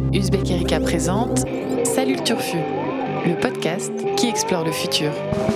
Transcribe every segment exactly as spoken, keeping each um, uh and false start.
Uzbek Erika présente Salut le Turfu, le podcast qui explore le futur.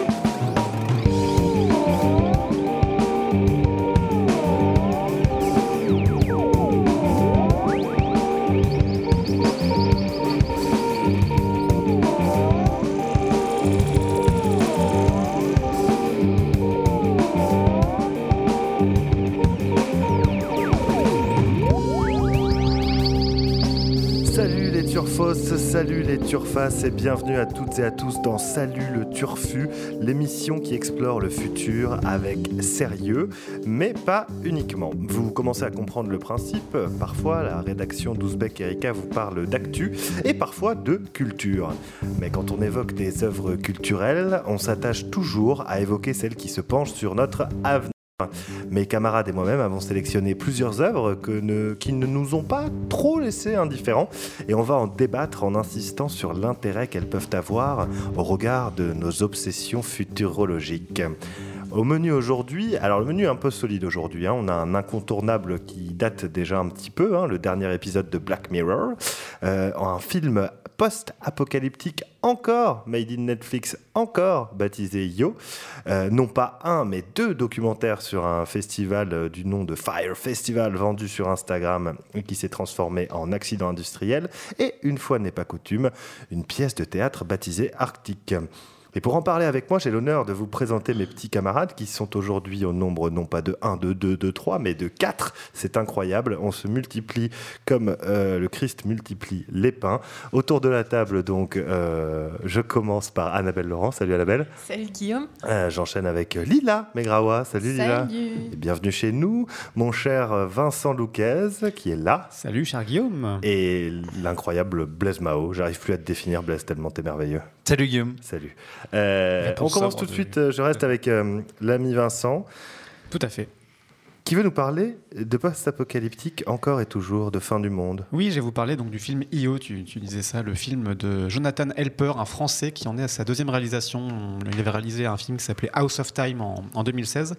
Salut les Turfas et bienvenue à toutes et à tous dans Salut le Turfu, l'émission qui explore le futur avec sérieux, mais pas uniquement. Vous commencez à comprendre le principe, parfois la rédaction d'Uzbek Erika vous parle d'actu et parfois de culture. Mais quand on évoque des œuvres culturelles, on s'attache toujours à évoquer celles qui se penchent sur notre avenir. Mes camarades et moi-même avons sélectionné plusieurs œuvres que ne, qui ne nous ont pas trop laissés indifférents et on va en débattre en insistant sur l'intérêt qu'elles peuvent avoir au regard de nos obsessions futurologiques. Au menu aujourd'hui, alors le menu est un peu solide aujourd'hui, hein. On a un incontournable qui date déjà un petit peu, hein, le dernier épisode de Black Mirror, euh, un film post-apocalyptique encore made in Netflix, encore baptisé Yo, euh, non pas un mais deux documentaires sur un festival euh, du nom de Fire Festival vendu sur Instagram et qui s'est transformé en accident industriel, et une fois n'est pas coutume, une pièce de théâtre baptisée Arctique. Et pour en parler avec moi, j'ai l'honneur de vous présenter mes petits camarades qui sont aujourd'hui au nombre non pas de un, de deux, de trois, mais de quatre. C'est incroyable, on se multiplie comme euh, le Christ multiplie les pains. Autour de la table, donc, euh, je commence par Annabelle Laurent. Salut Annabelle. Salut Guillaume. Euh, j'enchaîne avec Lila Megrawa. Salut Lila. Salut. Et bienvenue chez nous. Mon cher Vincent Louquez qui est là. Salut cher Guillaume. Et l'incroyable Blaise Mao. J'arrive plus à te définir, Blaise, tellement t'es merveilleux. Salut Guillaume. Salut. Euh, on commence tout de suite, euh, je reste avec euh, l'ami Vincent. Tout à fait. Qui veut nous parler de post-apocalyptique encore et toujours, de fin du monde. Oui, je vais vous parler donc du film Io, tu, tu disais ça, le film de Jonathan Helper, un Français qui en est à sa deuxième réalisation. Il avait réalisé un film qui s'appelait House of Time en, en deux mille seize.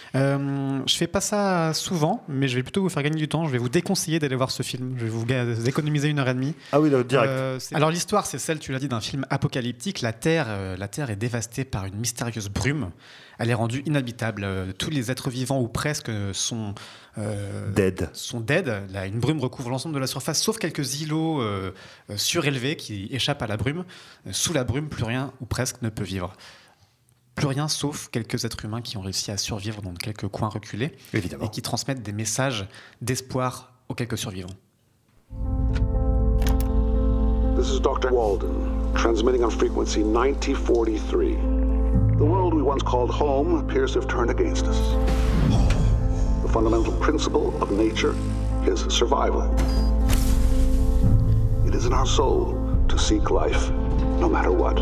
Euh, je fais pas ça souvent, mais je vais plutôt vous faire gagner du temps. Je vais vous déconseiller d'aller voir ce film. Je vais vous ga- économiser une heure et demie. Ah oui, là, direct. Euh, Alors l'histoire, c'est celle, tu l'as dit, d'un film apocalyptique. La Terre, euh, la Terre est dévastée par une mystérieuse brume. Elle est rendue inhabitable. Euh, tous les êtres vivants ou presque sont euh, dead. Sont dead. Là, une brume recouvre l'ensemble de la surface, sauf quelques îlots euh, euh, surélevés qui échappent à la brume. Euh, sous la brume, plus rien ou presque ne peut vivre. Plus rien sauf quelques êtres humains qui ont réussi à survivre dans quelques coins reculés. Évidemment. Et qui transmettent des messages d'espoir aux quelques survivants. This is Doctor Walden, transmitting on frequency ninety forty-three. The world we once called home appears to have turned against us. The fundamental principle of nature is survival. It is in our soul to seek life, no matter what.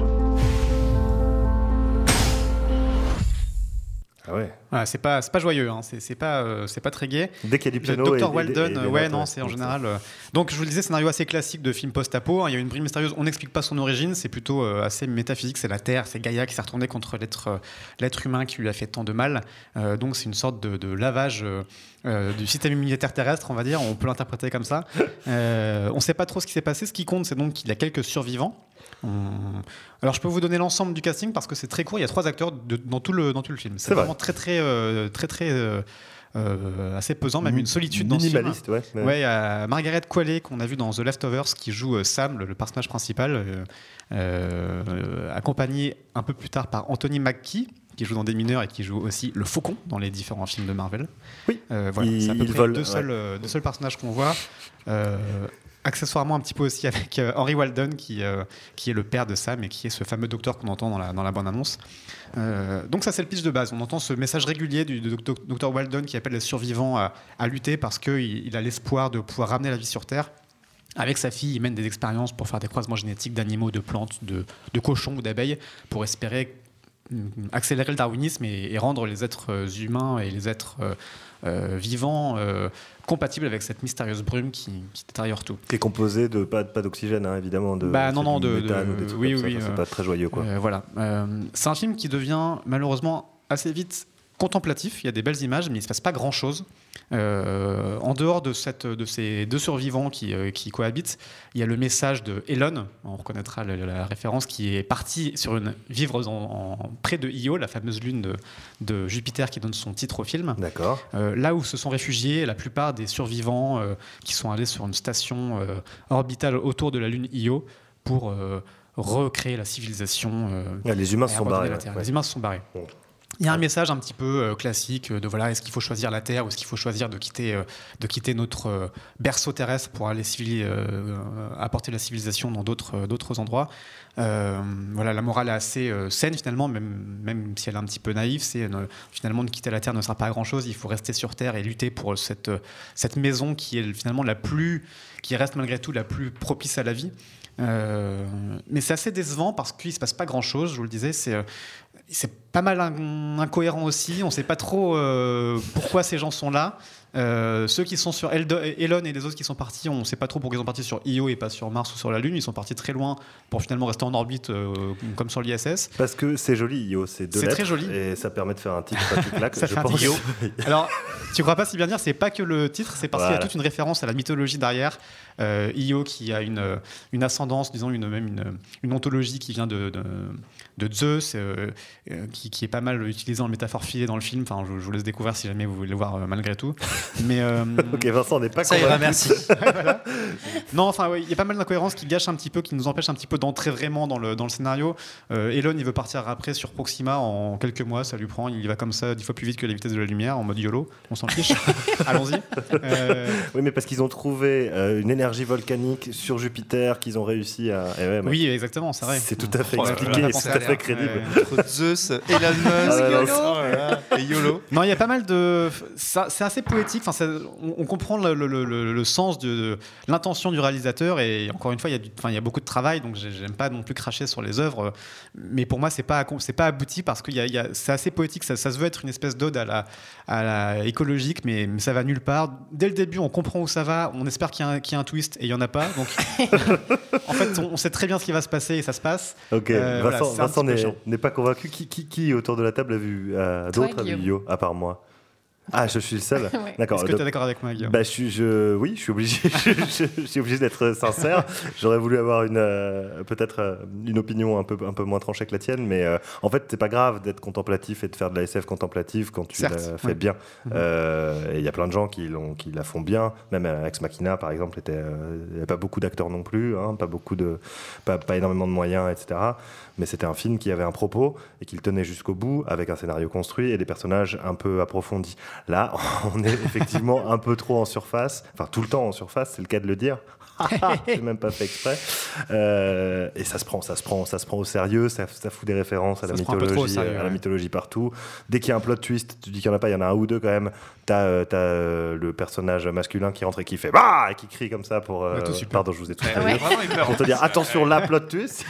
Ah ouais. Voilà, c'est pas c'est pas joyeux, hein. c'est c'est pas euh, c'est pas très gai. Dès qu'il y a du piano. docteur et, Walden, et, et, et ouais notes, non, ouais, c'est en général. Euh... Donc je vous le disais, scénario assez classique de film post-apo. Il y a une brume mystérieuse. On n'explique pas son origine. C'est plutôt euh, assez métaphysique. C'est la Terre, c'est Gaïa qui s'est retournée contre l'être euh, l'être humain qui lui a fait tant de mal. Euh, donc c'est une sorte de, de lavage euh, euh, du système immunitaire terrestre, on va dire. On peut l'interpréter comme ça. Euh, on ne sait pas trop ce qui s'est passé. Ce qui compte, c'est donc qu'il y a quelques survivants. Hum. Alors je peux vous donner l'ensemble du casting parce que c'est très court. Il y a trois acteurs de, dans tout le dans tout le film. C'est, c'est vraiment très très euh, très très euh, euh, assez pesant, même une solitude dans ce film. Minimaliste, ouais. Ouais, ouais, il y a Margaret Qualley qu'on a vu dans The Leftovers qui joue euh, Sam, le, le personnage principal, euh, euh, accompagné un peu plus tard par Anthony Mackie qui joue dans Des Mineurs et qui joue aussi le Faucon dans les différents films de Marvel. Oui. Euh, voilà, il, c'est à peu près vole, deux, seuls, ouais. euh, deux seuls personnages qu'on voit. Euh, Accessoirement un petit peu aussi avec euh, Henry Walden qui, euh, qui est le père de Sam et qui est ce fameux docteur qu'on entend dans la, dans la bande-annonce. Euh, donc ça c'est le pitch de base. On entend ce message régulier du docteur Walden qui appelle les survivants à, à lutter parce qu'il il a l'espoir de pouvoir ramener la vie sur Terre. Avec sa fille, il mène des expériences pour faire des croisements génétiques d'animaux, de plantes, de, de cochons ou d'abeilles pour espérer accélérer le darwinisme et, et rendre les êtres humains et les êtres euh, euh, vivants euh, compatibles avec cette mystérieuse brume qui, qui détériore tout. Qui est composé de pas, pas d'oxygène, hein, évidemment. De, bah non, non, de, méthane de, ou des trucs oui, comme oui, ça. Enfin, euh, c'est pas très joyeux, quoi. Euh, voilà. Euh, c'est un film qui devient malheureusement assez vite contemplatif, il y a des belles images, mais il ne se passe pas grand-chose. Euh, en dehors de, cette, de ces deux survivants qui, euh, qui cohabitent, il y a le message de Elon, on reconnaîtra la, la référence, qui est partie sur une, vivre en, en, près de Io, la fameuse lune de, de Jupiter qui donne son titre au film. D'accord. Euh, là où se sont réfugiés la plupart des survivants euh, qui sont allés sur une station euh, orbitale autour de la lune Io pour euh, recréer la civilisation. Euh, ouais, les humains se sont barrés. Ouais. Les humains se sont barrés. Bon. Il y a un message un petit peu euh, classique de voilà, est-ce qu'il faut choisir la Terre ou est-ce qu'il faut choisir de quitter, euh, de quitter notre euh, berceau terrestre pour aller civili- euh, apporter la civilisation dans d'autres, euh, d'autres endroits. Euh, voilà, la morale est assez euh, saine finalement, même, même si elle est un petit peu naïve. C'est euh, finalement de quitter la Terre ne sert pas à grand-chose. Il faut rester sur Terre et lutter pour cette, euh, cette maison qui est finalement la plus, qui reste malgré tout la plus propice à la vie. Euh, mais c'est assez décevant parce qu'il ne se passe pas grand-chose, je vous le disais. C'est, euh, c'est pas mal in- incohérent aussi. On ne sait pas trop euh, pourquoi ces gens sont là. Euh, ceux qui sont sur Eldo- Elon et les autres qui sont partis, on ne sait pas trop pourquoi ils sont partis sur Io et pas sur Mars ou sur la Lune. Ils sont partis très loin pour finalement rester en orbite euh, comme sur l'I S S. Parce que c'est joli, Io, c'est deux c'est lettres très joli. et ça permet de faire un titre pas tout claque. Ça je fait un pense. Io. Alors, tu crois pas si bien dire, c'est pas que le titre, c'est parce Voilà. qu'il y a toute une référence à la mythologie derrière. Euh, Io qui a une, une ascendance, disons une, même une, une ontologie qui vient de, de, de Zeus, euh, euh, qui, qui est pas mal utilisée en métaphore filée dans le film. Enfin, je, je vous laisse découvrir si jamais vous voulez le voir euh, malgré tout. Mais euh, Ok, Vincent, on n'est pas Ça ira, merci. voilà. Non, enfin, il ouais, y a pas mal d'incohérences qui gâchent un petit peu, qui nous empêchent un petit peu d'entrer vraiment dans le, dans le scénario. Euh, Elon, il veut partir après sur Proxima en quelques mois, ça lui prend, il y va comme ça dix fois plus vite que la vitesse de la lumière, en mode YOLO, on s'en fiche. Allons-y. Euh... Oui, mais parce qu'ils ont trouvé euh, une énergie volcanique sur Jupiter qu'ils ont réussi à. Eh ouais, oui, exactement, c'est vrai. C'est tout à fait Oh là expliqué, là, c'est tout à fait crédible. Ouais. Entre Zeus, Elon Musk, Ah ouais, YOLO, non, voilà, et YOLO. Non, il y a pas mal de. Ça, c'est assez poétique. Enfin, ça, on, on comprend le, le, le, le sens de, de l'intention du réalisateur. Et encore une fois, il y a, du, enfin, il y a beaucoup de travail. Donc, j'aime pas non plus cracher sur les œuvres. Mais pour moi, c'est pas, c'est pas abouti parce que y a, y a, c'est assez poétique. Ça, ça se veut être une espèce d'ode à la, à la écologique, mais, mais ça va nulle part. Dès le début, on comprend où ça va. On espère qu'il y a un, qu'il y a un twist et il y en a pas. Donc, en fait, on, on sait très bien ce qui va se passer et ça se passe. Ok, Euh, Vincent, voilà, Vincent n'est, n'est pas convaincu. Qui, qui, qui autour de la table a vu euh, Toi, d'autres a vu Guillaume. Io, à part moi? Ah, je suis le seul. Ouais. D'accord. Est-ce que Donc- tu es d'accord avec moi, Guillaume? Bah, je suis, je, oui, je suis obligé, je, je- je suis obligé d'être sincère. J'aurais voulu avoir une, euh, peut-être euh, une opinion un peu, un peu moins tranchée que la tienne, mais euh, en fait, c'est pas grave d'être contemplatif et de faire de la S F contemplative quand tu Certes, la fais ouais. bien. Mhm. Euh, et il y a plein de gens qui, l'ont, qui la font bien. Même euh, Ex Machina, par exemple, était, euh, il n'y avait pas beaucoup d'acteurs non plus, hein, pas beaucoup de, pas, pas énormément de moyens, et cetera. Mais c'était un film qui avait un propos et qui le tenait jusqu'au bout, avec un scénario construit et des personnages un peu approfondis. Là, on est effectivement un peu trop en surface, enfin tout le temps en surface, c'est le cas de le dire. J'ai même pas fait exprès. Euh, et ça se prend, ça se prend, ça se prend au sérieux. Ça, ça fout des références à Ça la se prend un peu trop au mythologie, sérieux, à la ouais. mythologie partout. Dès qu'il y a un plot twist, tu dis qu'il y en a pas, il y en a un ou deux quand même. T'as, euh, t'as euh, le personnage masculin qui rentre et qui fait bah et qui crie comme ça pour. euh, Ouais, tout super. pardon, je vous ai tout Ouais, traduit. vraiment, il meurt. Pour te dire attention là plot twist.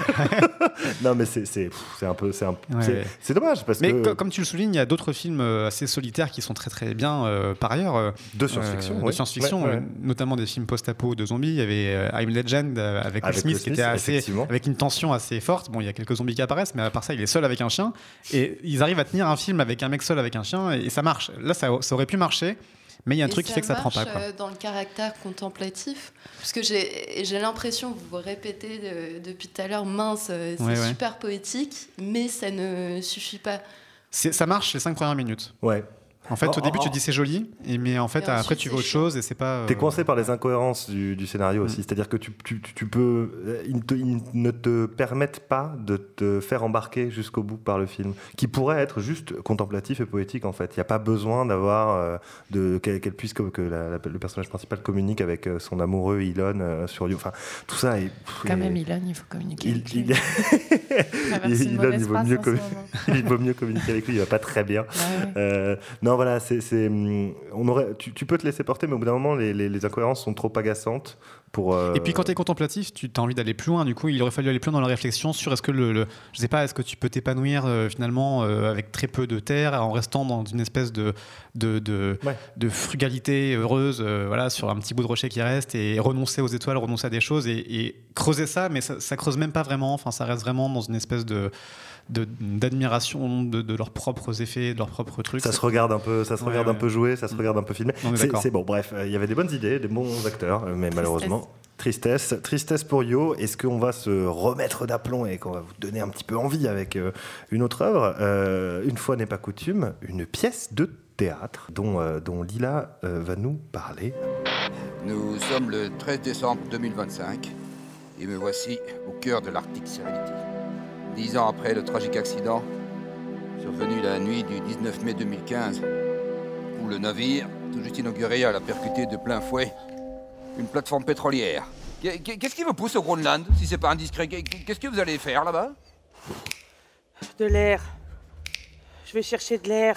Non mais c'est c'est pff, c'est un peu c'est un Ouais, c'est, ouais. c'est dommage parce Mais que co- comme tu le soulignes, il y a d'autres films euh, assez solitaires qui sont très très bien euh, par ailleurs. euh, de science-fiction. euh, de oui. science-fiction, Ouais, ouais. euh, notamment des films post-apo de zombies. Il y avait euh, I'm Legend euh, avec Will Avec Smith Will qui était Smith, assez, effectivement. avec une tension assez forte. Bon, il y a quelques zombies qui apparaissent, mais à part ça, il est seul avec un chien. Et ils arrivent à tenir un film avec un mec seul avec un chien et, et ça marche. Là, ça, ça aurait pu marcher. Mais il y a un Et truc qui fait que ça prend pas. marche, Quoi. euh, dans le caractère contemplatif, parce que j'ai, j'ai l'impression, vous vous répétez de- depuis tout à l'heure, mince, euh, c'est Ouais, ouais. super poétique, mais ça ne suffit pas. C'est- ça marche les cinq premières minutes. Ouais. En fait, Oh, au début, oh, tu oh. dis c'est joli, et, mais en fait, Et après, ensuite, tu c'est veux autre chiant. chose et c'est pas. euh, T'es coincé par les incohérences du, du scénario aussi. Mm. C'est-à-dire que tu, tu, tu- tu peux. euh, Ils, ne te- ils ne te permettent pas de te faire embarquer jusqu'au bout par le film, qui pourrait être juste contemplatif et poétique en fait. Il n'y a pas besoin d'avoir. euh, de, qu'elle, qu'elle puisse. Que, que la- la- le personnage principal communique avec euh, son amoureux Elon euh, sur You. Enfin, tout ça est. pff, Quand est- même, Elon, il faut communiquer il, avec lui. il, Traverse une Elon, mauvaise il vaut passe mieux en ce commu- moment. il vaut mieux communiquer avec lui, il va pas très bien. Ouais, ouais. Euh, non, voilà, c'est, c'est, hum, on aurait, tu, tu peux te laisser porter, mais au bout d'un moment, les, les, les incohérences sont trop agaçantes pour. euh, Et puis quand tu es contemplatif, tu as envie d'aller plus loin. Du coup, il aurait fallu aller plus loin dans la réflexion sur est-ce que le, le- je sais pas, est-ce que tu peux t'épanouir euh, finalement euh, avec très peu de terre en restant dans une espèce de de, de, Ouais. de frugalité heureuse, euh, voilà, sur un petit bout de rocher qui reste et renoncer aux étoiles, renoncer à des choses et, et creuser ça, mais ça, ça creuse même pas vraiment. Enfin, ça reste vraiment dans une espèce de de, d'admiration de, de leurs propres effets, de leurs propres trucs. Ça se regarde un peu, ça se Ouais, regarde ouais. un peu joué, ça se regarde un peu filmé. On est C'est, d'accord. c'est bon, bref, il y avait des bonnes idées, des bons acteurs, mais malheureusement, tristesse. Tristesse pour Yo. Est-ce qu'on va se remettre d'aplomb et qu'on va vous donner un petit peu envie avec euh, une autre œuvre euh, Une fois n'est pas coutume, une pièce de théâtre dont, euh, dont Lila euh, va nous parler. Nous sommes le treize décembre deux mille vingt-cinq et me voici au cœur de l'Arctic Serenity. Dix ans après le tragique accident, survenu la nuit du dix-neuf mai deux mille quinze, où le navire, tout juste inauguré, a percuté de plein fouet une plateforme pétrolière. Qu'est-ce qui vous pousse au Groenland, si c'est pas indiscret? Qu'est-ce que vous allez faire là-bas? De l'air. Je vais chercher de l'air.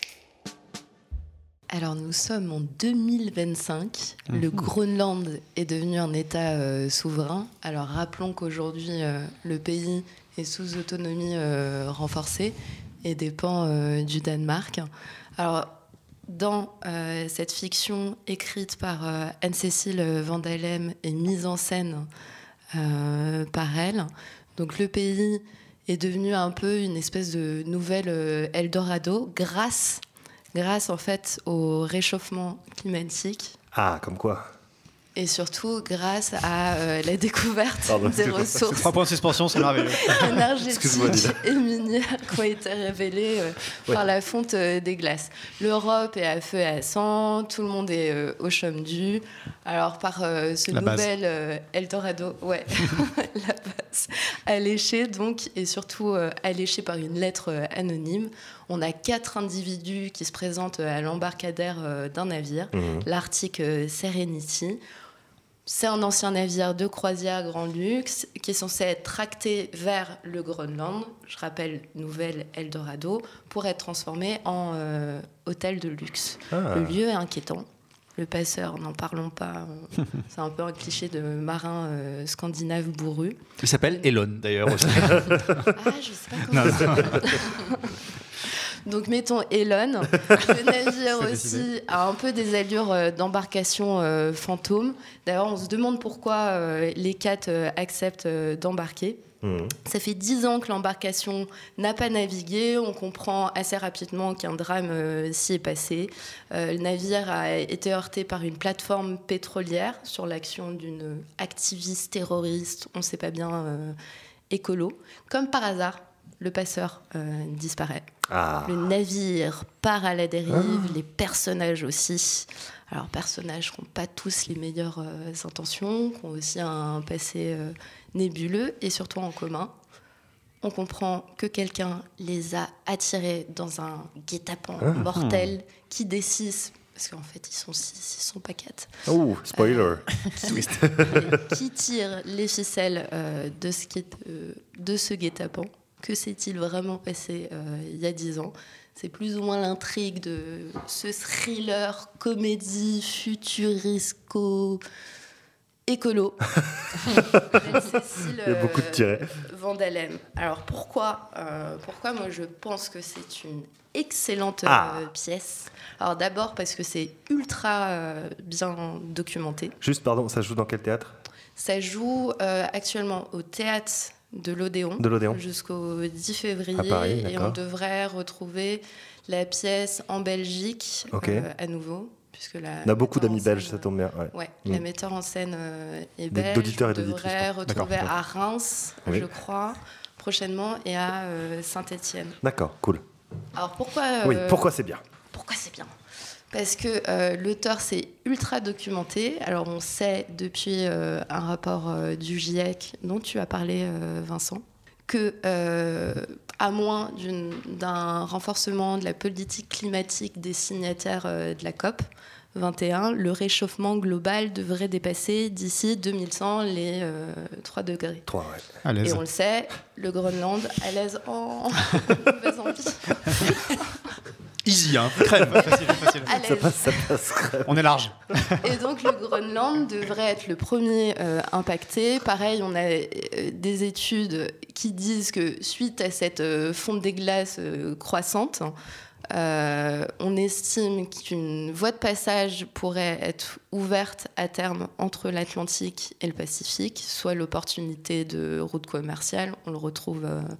Alors nous sommes en deux mille vingt-cinq, Mmh. le Groenland est devenu un État euh, souverain. Alors rappelons qu'aujourd'hui euh, le pays est sous autonomie euh, renforcée et dépend euh, du Danemark. Alors dans euh, cette fiction écrite par euh, Anne-Cécile Van Dalem et mise en scène euh, par elle, donc le pays est devenu un peu une espèce de nouvelle euh, Eldorado grâce grâce en fait au réchauffement climatique Ah, comme quoi. et surtout grâce à euh, la découverte Pardon, des excuse-moi. C'est ressources trois points de suspension, c'est merveilleux. Excuse-moi, énergétiques Lila. et minières qui ont été révélées euh, Ouais. par la fonte euh, des glaces. L'Europe est à feu et à sang, tout le monde est euh, au chaume du. Alors par euh, ce La base. nouvel euh, Eldorado, ouais, la base, alléchée donc, et surtout euh, alléchée par une lettre euh, anonyme. On a quatre individus qui se présentent à l'embarcadère euh, d'un navire, Mhm. l'Arctic euh, Serenity. C'est un ancien navire de croisière grand luxe qui est censé être tracté vers le Groenland, je rappelle Nouvelle Eldorado, pour être transformé en euh, hôtel de luxe. Ah. Le lieu est inquiétant. Le passeur, n'en parlons pas, euh, c'est un peu un cliché de marin euh, scandinave bourru. Il s'appelle Elon d'ailleurs aussi. Ah, je sais pas comment ça s'appelle. Donc mettons Elon. Le navire C'est aussi décidé. a un peu des allures euh, d'embarcation euh, fantôme. D'ailleurs, on se demande pourquoi euh, les quatre euh, acceptent euh, d'embarquer. Mhm. Ça fait dix ans que l'embarcation n'a pas navigué. On comprend assez rapidement qu'un drame euh, s'y est passé. Euh, le navire a été heurté par une plateforme pétrolière sur l'action d'une activiste terroriste, on ne sait pas bien, euh, écolo. Comme par hasard, le passeur euh, disparaît. Ah. Le navire part à la dérive, les personnages aussi. Alors, personnages qui n'ont pas tous les meilleures euh, intentions, qui ont aussi un passé euh, nébuleux et surtout en commun. On comprend que quelqu'un les a attirés dans un guet-apens mortel qui décide, parce qu'en fait ils sont six, ils sont pas quatre, Oh, spoiler. qui, qui tire les ficelles euh, de ce, guet- euh, de ce guet-apens. Que s'est-il vraiment passé euh, il y a dix ans? C'est plus ou moins l'intrigue de ce thriller, comédie, futurisco, écolo. Cécile Il y a beaucoup de tirets. Van Dalem. Alors pourquoi, euh, pourquoi moi je pense que c'est une excellente euh, Ah. pièce. Alors d'abord parce que c'est ultra euh, bien documenté. Juste, pardon, ça se joue dans quel théâtre? Ça joue euh, actuellement au théâtre de l'Odéon, De l'Odéon. jusqu'au dix février. À Paris, et d'accord. on devrait retrouver la pièce en Belgique Ok. euh, à nouveau. Puisque la On a beaucoup metteur en d'amis belges, scène, ça tombe bien. Ouais. Ouais, Mm. la metteur en scène euh, est Des- belge. d'auditeurs et On d'auditrices, devrait quoi. retrouver D'accord. à Reims, Oui. je crois, prochainement, et à euh, Saint-Étienne. D'accord, cool. Alors pourquoi Oui, euh, pourquoi c'est bien? pourquoi c'est bien? Parce que euh, l'auteur s'est ultra documenté. Alors on sait depuis euh, un rapport euh, du GIEC dont tu as parlé, euh, Vincent, que euh, à moins d'une- d'un renforcement de la politique climatique des signataires euh, de la COP vingt et un, le réchauffement global devrait dépasser d'ici deux mille cent les euh, trois degrés. Trois, ouais. À Et l'aise. on le sait, le Groenland, à l'aise en mauvaise envie. Easy, hein. Crème, facile, facile. À Ça l'aise. passe, ça passe. On est large. Et donc le Groenland devrait être le premier euh, impacté. Pareil, on a euh, des études qui disent que suite à cette euh, fonte des glaces euh, croissante, euh, on estime qu'une voie de passage pourrait être ouverte à terme entre l'Atlantique et le Pacifique, soit l'opportunité de route commerciale, on le retrouve euh,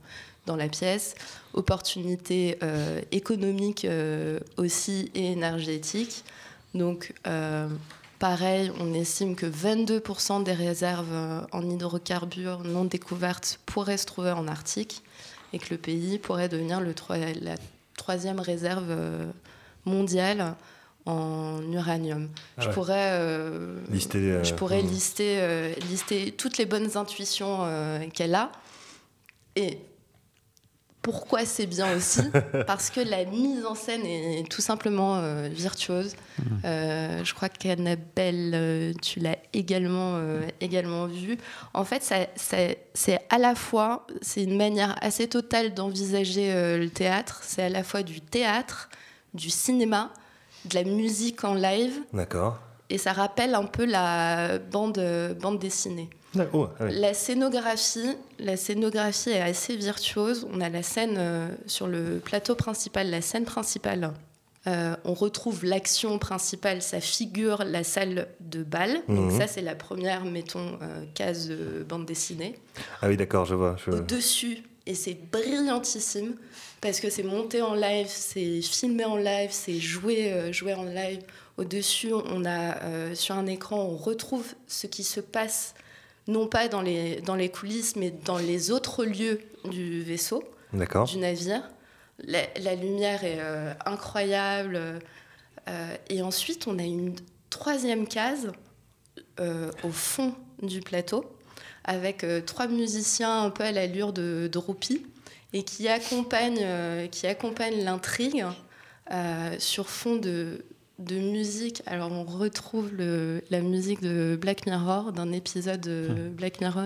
dans la pièce, opportunités euh, économiques euh, aussi et énergétiques. Donc, euh, pareil, on estime que vingt-deux pour cent des réserves en hydrocarbures non découvertes pourraient se trouver en Arctique et que le pays pourrait devenir le tro- la troisième réserve euh, mondiale en uranium. Ah je ouais. pourrais, euh, lister, euh, je pourrais mmh. lister, euh, lister toutes les bonnes intuitions euh, qu'elle a. Et pourquoi c'est bien aussi ? Parce que la mise en scène est tout simplement euh, virtuose. Mmh. Euh, je crois qu'Annabelle, euh, tu l'as également, euh, également vu. En fait, ça, ça, c'est à la fois, c'est une manière assez totale d'envisager euh, le théâtre. C'est à la fois du théâtre, du cinéma, de la musique en live. D'accord. Et ça rappelle un peu la bande, bande dessinée. Oh, ah oui. La scénographie, la scénographie est assez virtuose. On a la scène euh, sur le plateau principal, la scène principale. Euh, on retrouve l'action principale, ça figure la salle de bal. Mmh. Donc ça, c'est la première, mettons, euh, case euh, bande dessinée. Ah oui, d'accord, je vois. Je... Au-dessus, et c'est brillantissime, parce que c'est monté en live, c'est filmé en live, c'est joué, euh, joué en live. Au-dessus, on a, euh, sur un écran, on retrouve ce qui se passe non pas dans les, dans les coulisses, mais dans les autres lieux du vaisseau, D'accord. du navire. La, la lumière est euh, incroyable. Euh, et ensuite, on a une troisième case euh, au fond du plateau, avec euh, trois musiciens un peu à l'allure de, de roupies, et qui accompagnent, euh, qui accompagnent l'intrigue euh, sur fond de... de musique. Alors on retrouve le, la musique de Black Mirror, d'un épisode de Black Mirror.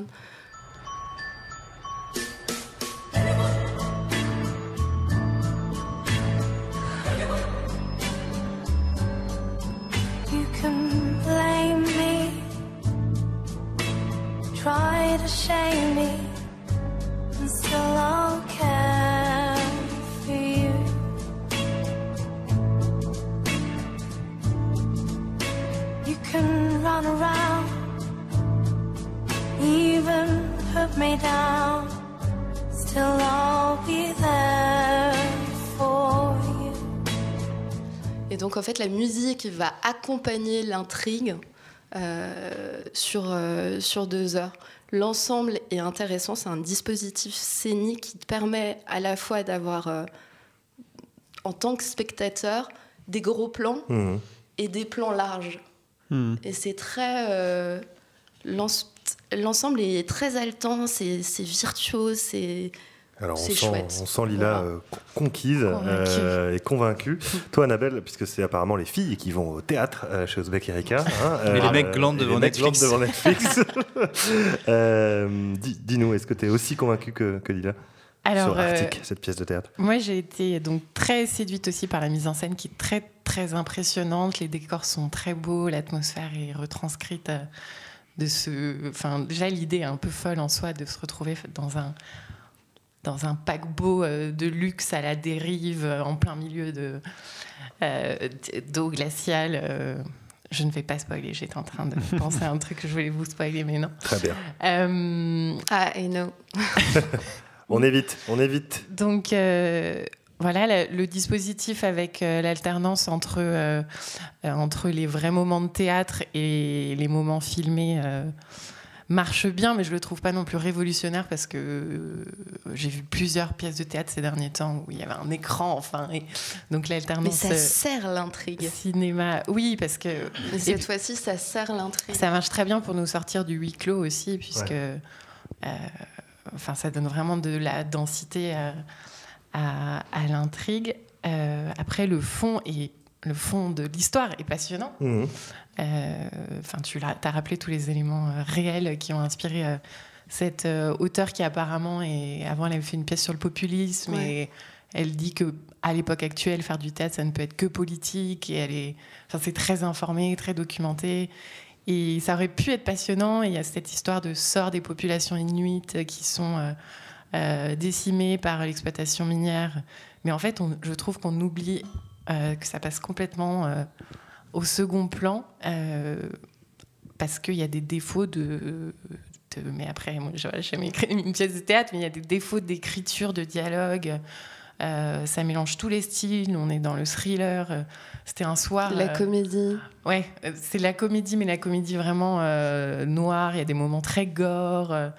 You can blame me, try to shame me, and still I'll care for you. You can run around, even put me down, still I'll be there for you. Et donc en fait la musique va accompagner l'intrigue euh, sur, euh, sur deux heures. L'ensemble est intéressant, c'est un dispositif scénique qui te permet à la fois d'avoir, euh, en tant que spectateur, des gros plans mmh. et des plans larges. Mmh. Et c'est très... Euh, l'ens- l'ensemble est très haletant, c'est, c'est virtuose, c'est... Alors on c'est sent, chouette. on sent Lila euh, conquise euh, et convaincue. Toi Annabelle, puisque c'est apparemment les filles qui vont au théâtre euh, chez Ouzbek Erika. Hein, Mais euh, les mecs glandent devant Netflix. devant Netflix. euh, dis, dis-nous, est-ce que tu es aussi convaincue que, que Lila Alors, sur Arctique, euh, cette pièce de théâtre? Moi j'ai été donc très séduite aussi par la mise en scène qui est très très impressionnante. Les décors sont très beaux, l'atmosphère est retranscrite euh, de ce... Enfin déjà l'idée est un peu folle en soi de se retrouver dans un... dans un paquebot de luxe à la dérive, en plein milieu de, euh, d'eau glaciale. Euh, je ne vais pas spoiler, j'étais en train de penser à un truc que je voulais vous spoiler, mais non. Très bien. Euh, ah, I know. on évite, on évite. Donc, euh, voilà, le, le dispositif avec euh, l'alternance entre, euh, entre les vrais moments de théâtre et les moments filmés... Euh, marche bien, mais je le trouve pas non plus révolutionnaire parce que euh, j'ai vu plusieurs pièces de théâtre ces derniers temps où il y avait un écran, enfin, et donc l'alternance. Mais ça sert l'intrigue. Cinéma, oui, parce que mais cette fois-ci, ça sert l'intrigue. Ça marche très bien pour nous sortir du huis clos aussi, puisque, ouais. euh, enfin, ça donne vraiment de la densité à, à, à l'intrigue. Euh, après, le fond est le fond de l'histoire est passionnant. Mmh. Euh, tu l'as, t'as rappelé tous les éléments euh, réels qui ont inspiré euh, cette euh, auteure qui apparemment est, avant elle avait fait une pièce sur le populisme ouais. et elle dit que à l'époque actuelle faire du théâtre ça ne peut être que politique et elle est, enfin c'est très informé, très documenté et ça aurait pu être passionnant. Il y a cette histoire de sort des populations inuites qui sont euh, euh, décimées par l'exploitation minière, mais en fait on, je trouve qu'on oublie euh, que ça passe complètement euh, au second plan euh, parce qu'il y a des défauts de, de, mais après, moi, je n'ai jamais écrit une pièce de théâtre, mais il y a des défauts d'écriture, de dialogue. Euh, ça mélange tous les styles. On est dans le thriller. Euh, c'était un soir. La euh, comédie. Ouais, euh, c'est la comédie, mais la comédie vraiment euh, noire. Il y a des moments très gore. Euh,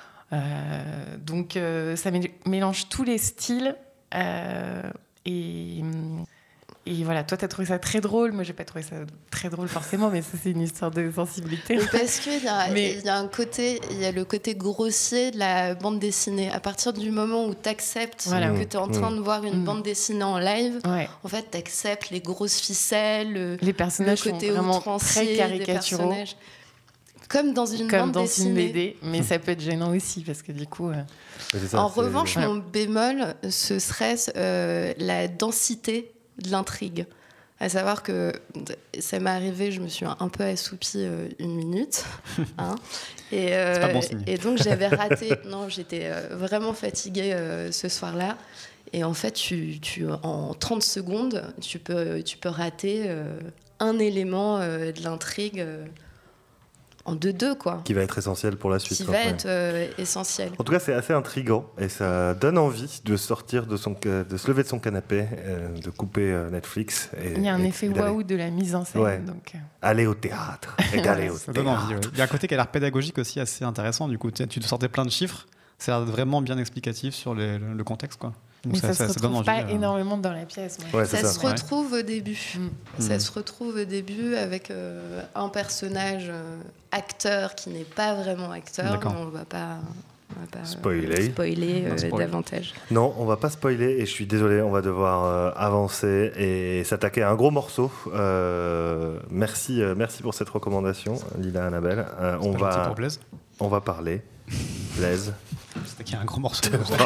euh, donc, euh, ça mé- mélange tous les styles. Euh, et. Et voilà, toi, tu as trouvé ça très drôle. Moi, j'ai pas trouvé ça très drôle forcément, mais ça, c'est une histoire de sensibilité. Mais parce qu'il y a, Mais- il y a un côté, il y a le côté grossier de la bande dessinée. À partir du moment où tu acceptes Voilà. que tu es en train de voir une Mmh. bande dessinée en live, Ouais. en fait, tu acceptes les grosses ficelles, le, Les personnages le côté sont vraiment outrancier très des caricaturaux, personnages. Comme dans une comme bande dans dessinée. une B D, mais ça peut être gênant aussi, parce que du coup... euh, Mais c'est ça, En c'est- revanche, Voilà. mon bémol, ce serait euh, la densité de l'intrigue. À savoir que ça m'est arrivé, je me suis un peu assoupie euh, une minute. Hein, et, euh, C'est pas bon signe. et donc j'avais raté. Non, j'étais euh, vraiment fatiguée euh, ce soir-là. Et en fait, tu, tu, en trente secondes, tu peux, tu peux rater euh, un élément euh, de l'intrigue euh, en deux-deux, quoi. Qui va être essentiel pour la suite. Qui quoi, va ouais. être euh, essentiel. En tout cas, c'est assez intriguant et ça donne envie de sortir de son, ca- de se lever de son canapé, euh, de couper euh, Netflix. Et, Il y a un et- effet et d'aller- waouh de la mise en scène. Ouais. Donc, euh, Aller au théâtre et d'aller au Ça donne théâtre. envie. ouais. Il y a un côté qui a l'air pédagogique aussi assez intéressant. Du coup, tu sais, tu te sortais plein de chiffres. Ça a l'air vraiment bien explicatif sur les- le, le contexte, quoi. Donc mais ça, se donne retrouve envie, pas euh. énormément dans la pièce. moi. Ouais, Ça, c'est ça. se retrouve au début. Mm. Ça Mm. se retrouve au début avec euh, un personnage euh, acteur qui n'est pas vraiment acteur, D'accord. mais on va pas, on va pas euh, Spoiler. spoiler euh, Non, spoil. davantage. Non, on va pas spoiler et je suis désolé, on va devoir euh, avancer et s'attaquer à un gros morceau. Euh, merci, euh, merci pour cette recommandation, Lila Annabelle. Euh, on C'est pas gentil va, pour Blaise. on va parler. Blaise. C'était qu'il y a un gros morceau.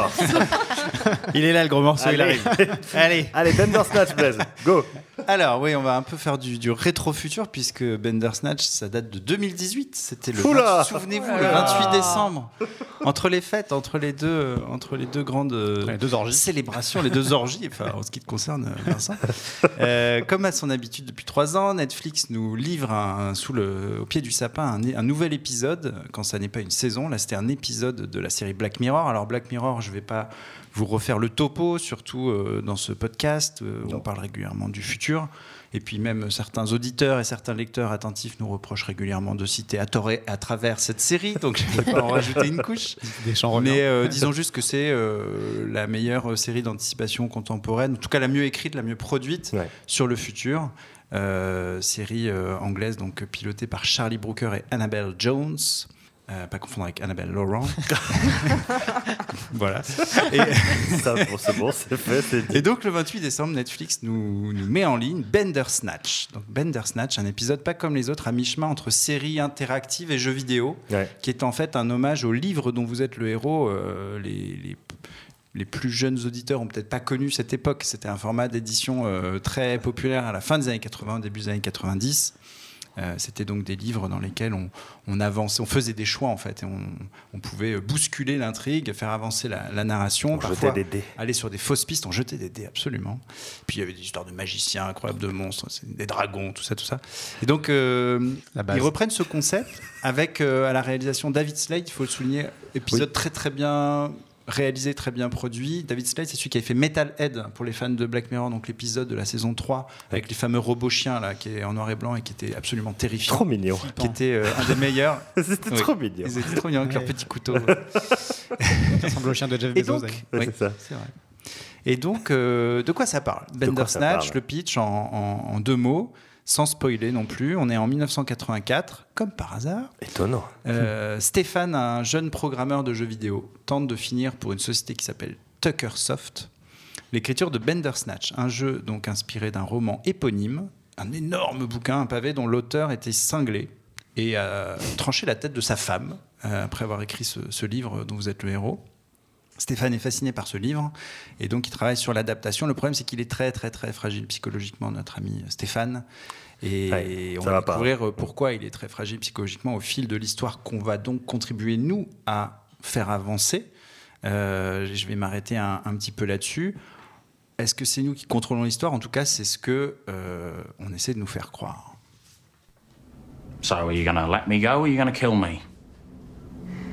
Il est là, le gros morceau, il Allez. arrive. Allez. Allez, Bandersnatch, Blaise, go. Alors, oui, on va un peu faire du, du rétro-futur, puisque Bandersnatch, ça date de deux mille dix-huit. C'était le Oula. vingt souvenez-vous, le Oula. vingt-huit décembre. Entre les fêtes, entre les deux, euh, entre les deux grandes euh, Les deux orgies. célébrations, les deux orgies, enfin, en ce qui te concerne, euh, Vincent. Euh, comme à son habitude depuis trois ans, Netflix nous livre un, sous le, au pied du sapin un, un nouvel épisode, quand ça n'est pas une saison. Là, c'était un épisode de la série Black Mirror. Alors, Black Mirror, je ne vais pas vous refaire le topo, surtout euh, dans ce podcast. Euh, on parle régulièrement du futur. Et puis même certains auditeurs et certains lecteurs attentifs nous reprochent régulièrement de citer à tort et à travers cette série. Donc, je ne vais pas en rajouter une couche. Des chants reviens. Mais euh, disons juste que c'est euh, la meilleure série d'anticipation contemporaine, en tout cas la mieux écrite, la mieux produite Ouais. sur le futur. Euh, série euh, anglaise donc pilotée par Charlie Brooker et Annabelle Jones. Euh, pas confondre avec Annabelle Laurent. Voilà. Et, Ça, bon, c'est bon, c'est fait, c'est dit. et donc le vingt-huit décembre, Netflix nous, nous met en ligne Bandersnatch. Donc Bandersnatch, un épisode pas comme les autres, à mi-chemin entre série interactive et jeux vidéo, Ouais. qui est en fait un hommage au livre dont vous êtes le héros. Euh, les, les, les plus jeunes auditeurs ont peut-être pas connu cette époque. C'était un format d'édition euh, très populaire à la fin des années quatre-vingts, au début des années quatre-vingt-dix. Euh, c'était donc des livres dans lesquels on, on avançait, on faisait des choix en fait, et on, on pouvait bousculer l'intrigue, faire avancer la, la narration, On parfois jetait des dés. aller sur des fausses pistes, on jetait des dés absolument. Puis il y avait des histoires de magiciens incroyables, de monstres, c'est- des dragons, tout ça, tout ça. Et donc euh, La base. ils reprennent ce concept avec euh, à la réalisation David Slade, il faut le souligner, épisode Oui. très très bien réalisé, très bien produit. David Slade, c'est celui qui avait fait Metalhead pour les fans de Black Mirror, donc l'épisode de la saison trois avec les fameux robots chiens là, qui est en noir et blanc et qui était absolument terrifiant, Trop mignon. qui était euh, un des meilleurs. C'était Oui. trop mignon. Ils étaient trop mignons avec leurs petits couteaux. Ça ressemble au chien de Jeff Et Bezos. donc, d'ailleurs. Ouais, oui, c'est ça. c'est vrai. Et donc, euh, de quoi ça parle De quoi ça Bandersnatch, parle le pitch en, en- en deux mots, sans spoiler non plus. On est en dix-neuf cent quatre-vingt-quatre, comme par hasard. Étonnant. Euh, Stéphane, un jeune programmeur de jeux vidéo, tente de finir pour une société qui s'appelle Tuckersoft l'écriture de Bandersnatch, un jeu donc inspiré d'un roman éponyme, un énorme bouquin, un pavé dont l'auteur était cinglé et a tranché la tête de sa femme euh, après avoir écrit ce, ce livre dont vous êtes le héros. Stéphane est fasciné par ce livre et donc il travaille sur l'adaptation. Le problème, c'est qu'il est très très très fragile psychologiquement, notre ami Stéphane. Et Ouais, on ça va va pas. découvrir pourquoi il est très fragile psychologiquement au fil de l'histoire qu'on va donc contribuer, nous, à faire avancer. Euh, je vais m'arrêter un, un petit peu là-dessus. Est-ce que c'est nous qui contrôlons l'histoire ? En tout cas, c'est ce que euh, on essaie de nous faire croire. So are you gonna let me go or are you gonna kill me?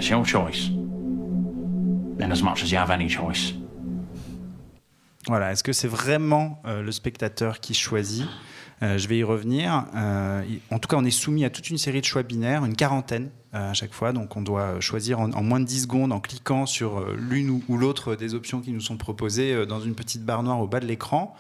It's your choice. Then as much as you have any choice. Voilà, est-ce que c'est vraiment euh, le spectateur qui choisit ? euh, Je vais y revenir. Euh, en tout cas, on est soumis à toute une série de choix binaires, une quarantaine euh, à chaque fois. Donc, on doit choisir en, en moins de dix secondes en cliquant sur euh, l'une ou, ou l'autre des options qui nous sont proposées euh, dans une petite barre noire au bas de l'écran.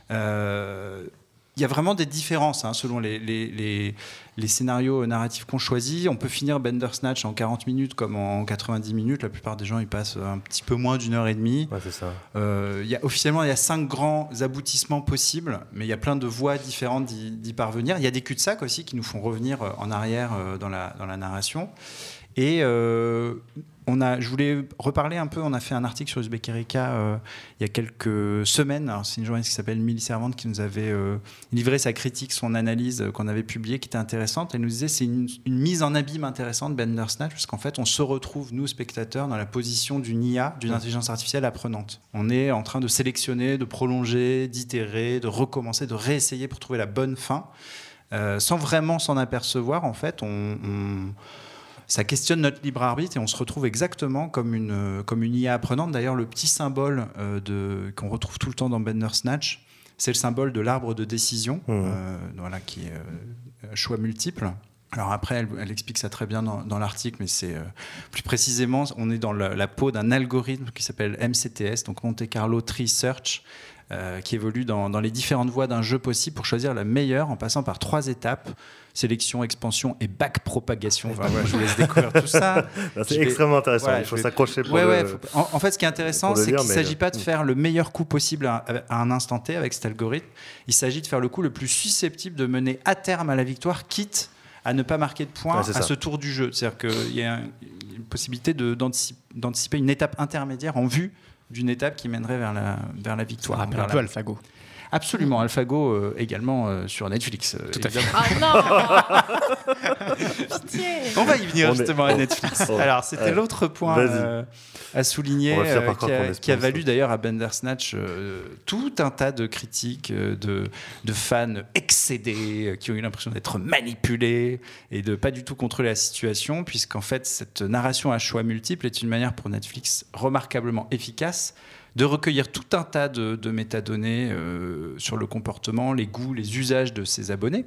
Euh, Il y a vraiment des différences hein, selon les, les, les, les scénarios narratifs qu'on choisit. On peut finir Bandersnatch en quarante minutes comme en quatre-vingt-dix minutes. La plupart des gens ils passent un petit peu moins d'une heure et demie. Ouais, c'est ça. Euh, y a, officiellement, il y a cinq grands aboutissements possibles, mais il y a plein de voies différentes d'y, d'y parvenir. Il y a des cul-de-sac aussi qui nous font revenir en arrière dans la, dans la narration. Et euh, on a, je voulais reparler un peu, on a fait un article sur Uzbek Erika euh, il y a quelques semaines. Alors, c'est une journaliste qui s'appelle Milly Servante qui nous avait euh, livré sa critique, son analyse euh, qu'on avait publiée, qui était intéressante. Elle nous disait c'est une, une mise en abîme intéressante de Bandersnatch, parce qu'en fait, on se retrouve, nous, spectateurs, dans la position d'une I A, d'une intelligence artificielle apprenante. On est en train de sélectionner, de prolonger, d'itérer, de recommencer, de réessayer pour trouver la bonne fin. Euh, sans vraiment s'en apercevoir, en fait, on... on ça questionne notre libre arbitre et on se retrouve exactement comme une, comme une I A apprenante. D'ailleurs, le petit symbole euh, de, qu'on retrouve tout le temps dans Bandersnatch, c'est le symbole de l'arbre de décision, mmh. euh, voilà, qui est euh, choix multiple. Alors après, elle, elle explique ça très bien dans, dans l'article, mais c'est euh, plus précisément, on est dans la, la peau d'un algorithme qui s'appelle M C T S, donc Monte Carlo Tree Search, euh, qui évolue dans, dans les différentes voies d'un jeu possible pour choisir la meilleure en passant par trois étapes. Sélection, expansion et backpropagation. Enfin, voilà, je vous laisse découvrir tout ça. Non, c'est je extrêmement vais... intéressant. Voilà, il faut vais... s'accrocher pour ouais, le... ouais, faut... en, en fait, ce qui est intéressant, c'est lire, qu'il ne s'agit le... pas de faire le meilleur coup possible à, à un instant T avec cet algorithme. Il s'agit de faire le coup le plus susceptible de mener à terme à la victoire, quitte à ne pas marquer de points ouais, à ça. ce tour du jeu. C'est-à-dire qu'il y a une possibilité de, d'anticiper, d'anticiper une étape intermédiaire en vue d'une étape qui mènerait vers la, vers la victoire. Ça rappelle un peu la... AlphaGo. Absolument, AlphaGo euh, également euh, sur Netflix. Euh, Tout à fait. Ah non Pitié. On va y venir on justement est... à Netflix. Alors, c'était ouais. l'autre point euh, à souligner euh, qui, a, qui a valu d'ailleurs à Bandersnatch euh, tout un tas de critiques euh, de, de fans excédés euh, qui ont eu l'impression d'être manipulés et de pas du tout contrôler la situation, puisqu'en fait, cette narration à choix multiples est une manière pour Netflix remarquablement efficace de recueillir tout un tas de, de métadonnées euh, sur le comportement, les goûts, les usages de ses abonnés.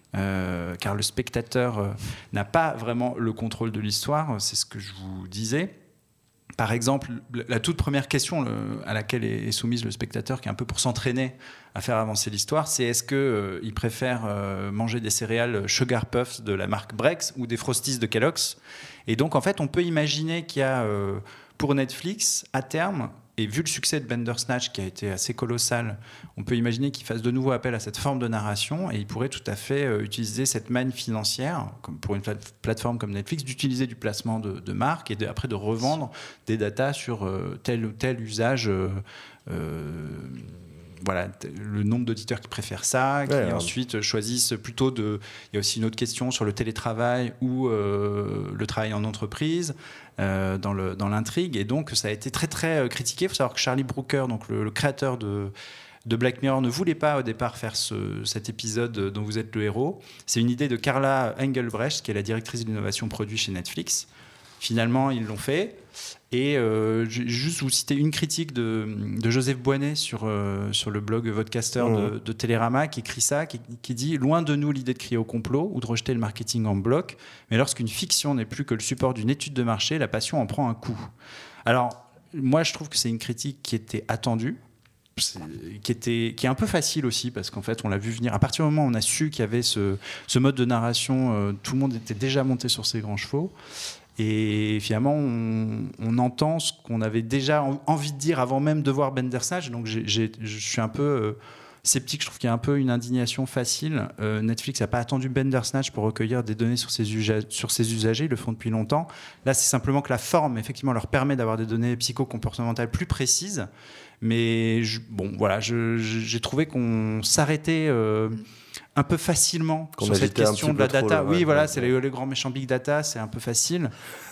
Euh, car le spectateur euh, n'a pas vraiment le contrôle de l'histoire, c'est ce que je vous disais. Par exemple, la toute première question le, à laquelle est, est soumise le spectateur, qui est un peu pour s'entraîner à faire avancer l'histoire, c'est est-ce qu'il euh, préfère euh, manger des céréales Sugar Puffs de la marque Brex ou des Frosties de Kellogg's. Et donc, en fait, on peut imaginer qu'il y a, euh, pour Netflix, à terme, et vu le succès de Bandersnatch qui a été assez colossal, on peut imaginer qu'il fasse de nouveau appel à cette forme de narration et il pourrait tout à fait euh, utiliser cette manne financière, comme pour une pla- plateforme comme Netflix, d'utiliser du placement de, de marques et de, après de revendre des datas sur euh, tel ou tel usage. Euh, euh, Voilà, le nombre d'auditeurs qui préfèrent ça, qui ouais, ensuite ouais. choisissent plutôt de... Il y a aussi une autre question sur le télétravail ou euh, le travail en entreprise euh, dans, le, dans l'intrigue. Et donc, ça a été très, très critiqué. Il faut savoir que Charlie Brooker, donc le, le créateur de, de Black Mirror, ne voulait pas au départ faire ce, cet épisode dont vous êtes le héros. C'est une idée de Carla Engelbrecht, qui est la directrice de l'innovation produit chez Netflix. Finalement, ils l'ont fait. Et euh, je vais juste vous citer une critique de, de Joseph Boinet sur, euh, sur le blog Vodcaster mmh. de, de Télérama, qui écrit ça, qui, qui dit « Loin de nous l'idée de crier au complot ou de rejeter le marketing en bloc, mais lorsqu'une fiction n'est plus que le support d'une étude de marché, la passion en prend un coup. » Alors, moi, je trouve que c'est une critique qui était attendue, qui, était, qui est un peu facile aussi, parce qu'en fait, on l'a vu venir. À partir du moment où on a su qu'il y avait ce, ce mode de narration, euh, tout le monde était déjà monté sur ses grands chevaux. Et finalement, on, on entend ce qu'on avait déjà envie de dire avant même de voir Bandersnatch. Donc, j'ai, j'ai, je suis un peu euh, sceptique. Je trouve qu'il y a un peu une indignation facile. Euh, Netflix n'a pas attendu Bandersnatch pour recueillir des données sur ses, usa- sur ses usagers. Ils le font depuis longtemps. Là, c'est simplement que la forme, effectivement, leur permet d'avoir des données psycho-comportementales plus précises. Mais je, bon, voilà, je, je, j'ai trouvé qu'on s'arrêtait euh, un peu facilement qu'on sur cette question de la data. Là, ouais, oui, voilà, ouais, c'est ouais. Les, les grands méchants big data, c'est un peu facile.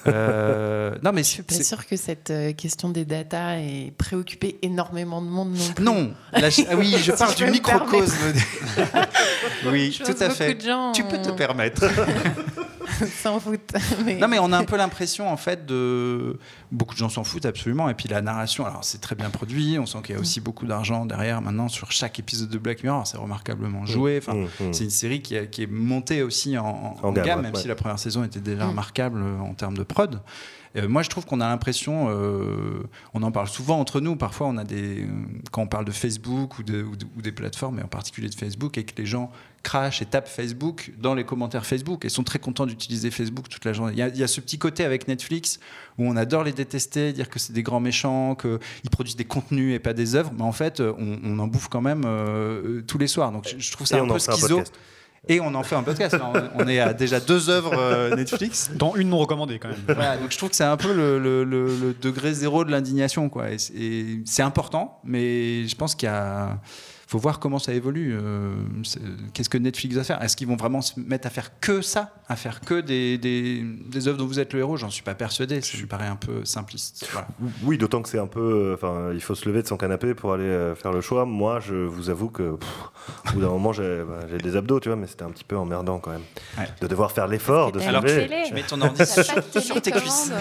Euh, non, mais je suis pas c'est... sûre que cette euh, question des data ait préoccupé énormément de monde non plus. Non, là, je, ah oui, je parle du microcosme. Oui, je tout à fait. Gens tu peux te permettre. s'en foutent. Mais... Non, mais on a un peu l'impression, en fait, de... Beaucoup de gens s'en foutent, absolument. Et puis la narration, alors c'est très bien produit. On sent qu'il y a aussi beaucoup d'argent derrière, maintenant, sur chaque épisode de Black Mirror. C'est remarquablement joué. Enfin, mmh, mmh. C'est une série qui, a, qui est montée aussi en, en, en gamme, gamme, même ouais. si la première saison était déjà mmh. remarquable en termes de prod. Euh, moi, je trouve qu'on a l'impression, euh, on en parle souvent entre nous, parfois on a des, quand on parle de Facebook ou, de, ou, de, ou des plateformes, et en particulier de Facebook, et que les gens crachent et tapent Facebook dans les commentaires Facebook et sont très contents d'utiliser Facebook toute la journée. Il y a, il y a ce petit côté avec Netflix où on adore les détester, dire que c'est des grands méchants, qu'ils produisent des contenus et pas des œuvres, mais en fait, on, on en bouffe quand même euh, tous les soirs. Donc je, je trouve ça et un peu schizo. Et on en fait un podcast. On est à déjà deux œuvres euh, Netflix. Dont une non recommandée, quand même. Voilà, donc je trouve que c'est un peu le, le, le, le degré zéro de l'indignation, quoi. Et c'est, et c'est important, mais je pense qu'il y a... faut voir comment ça évolue. Euh, qu'est-ce que Netflix va faire ? Est-ce qu'ils vont vraiment se mettre à faire que ça ? À faire que des, des, des œuvres dont vous êtes le héros ? J'en suis pas persuadé. Ça me paraît un peu simpliste. Voilà. Oui, d'autant que c'est un peu... Enfin, il faut se lever de son canapé pour aller euh, faire le choix. Moi, je vous avoue que pff, au bout d'un moment, j'ai, bah, j'ai des abdos, tu vois, mais c'était un petit peu emmerdant quand même. Ouais. De devoir faire l'effort de se Alors, lever. Tu, tu mets ton ordi sur, sur tes cuisses.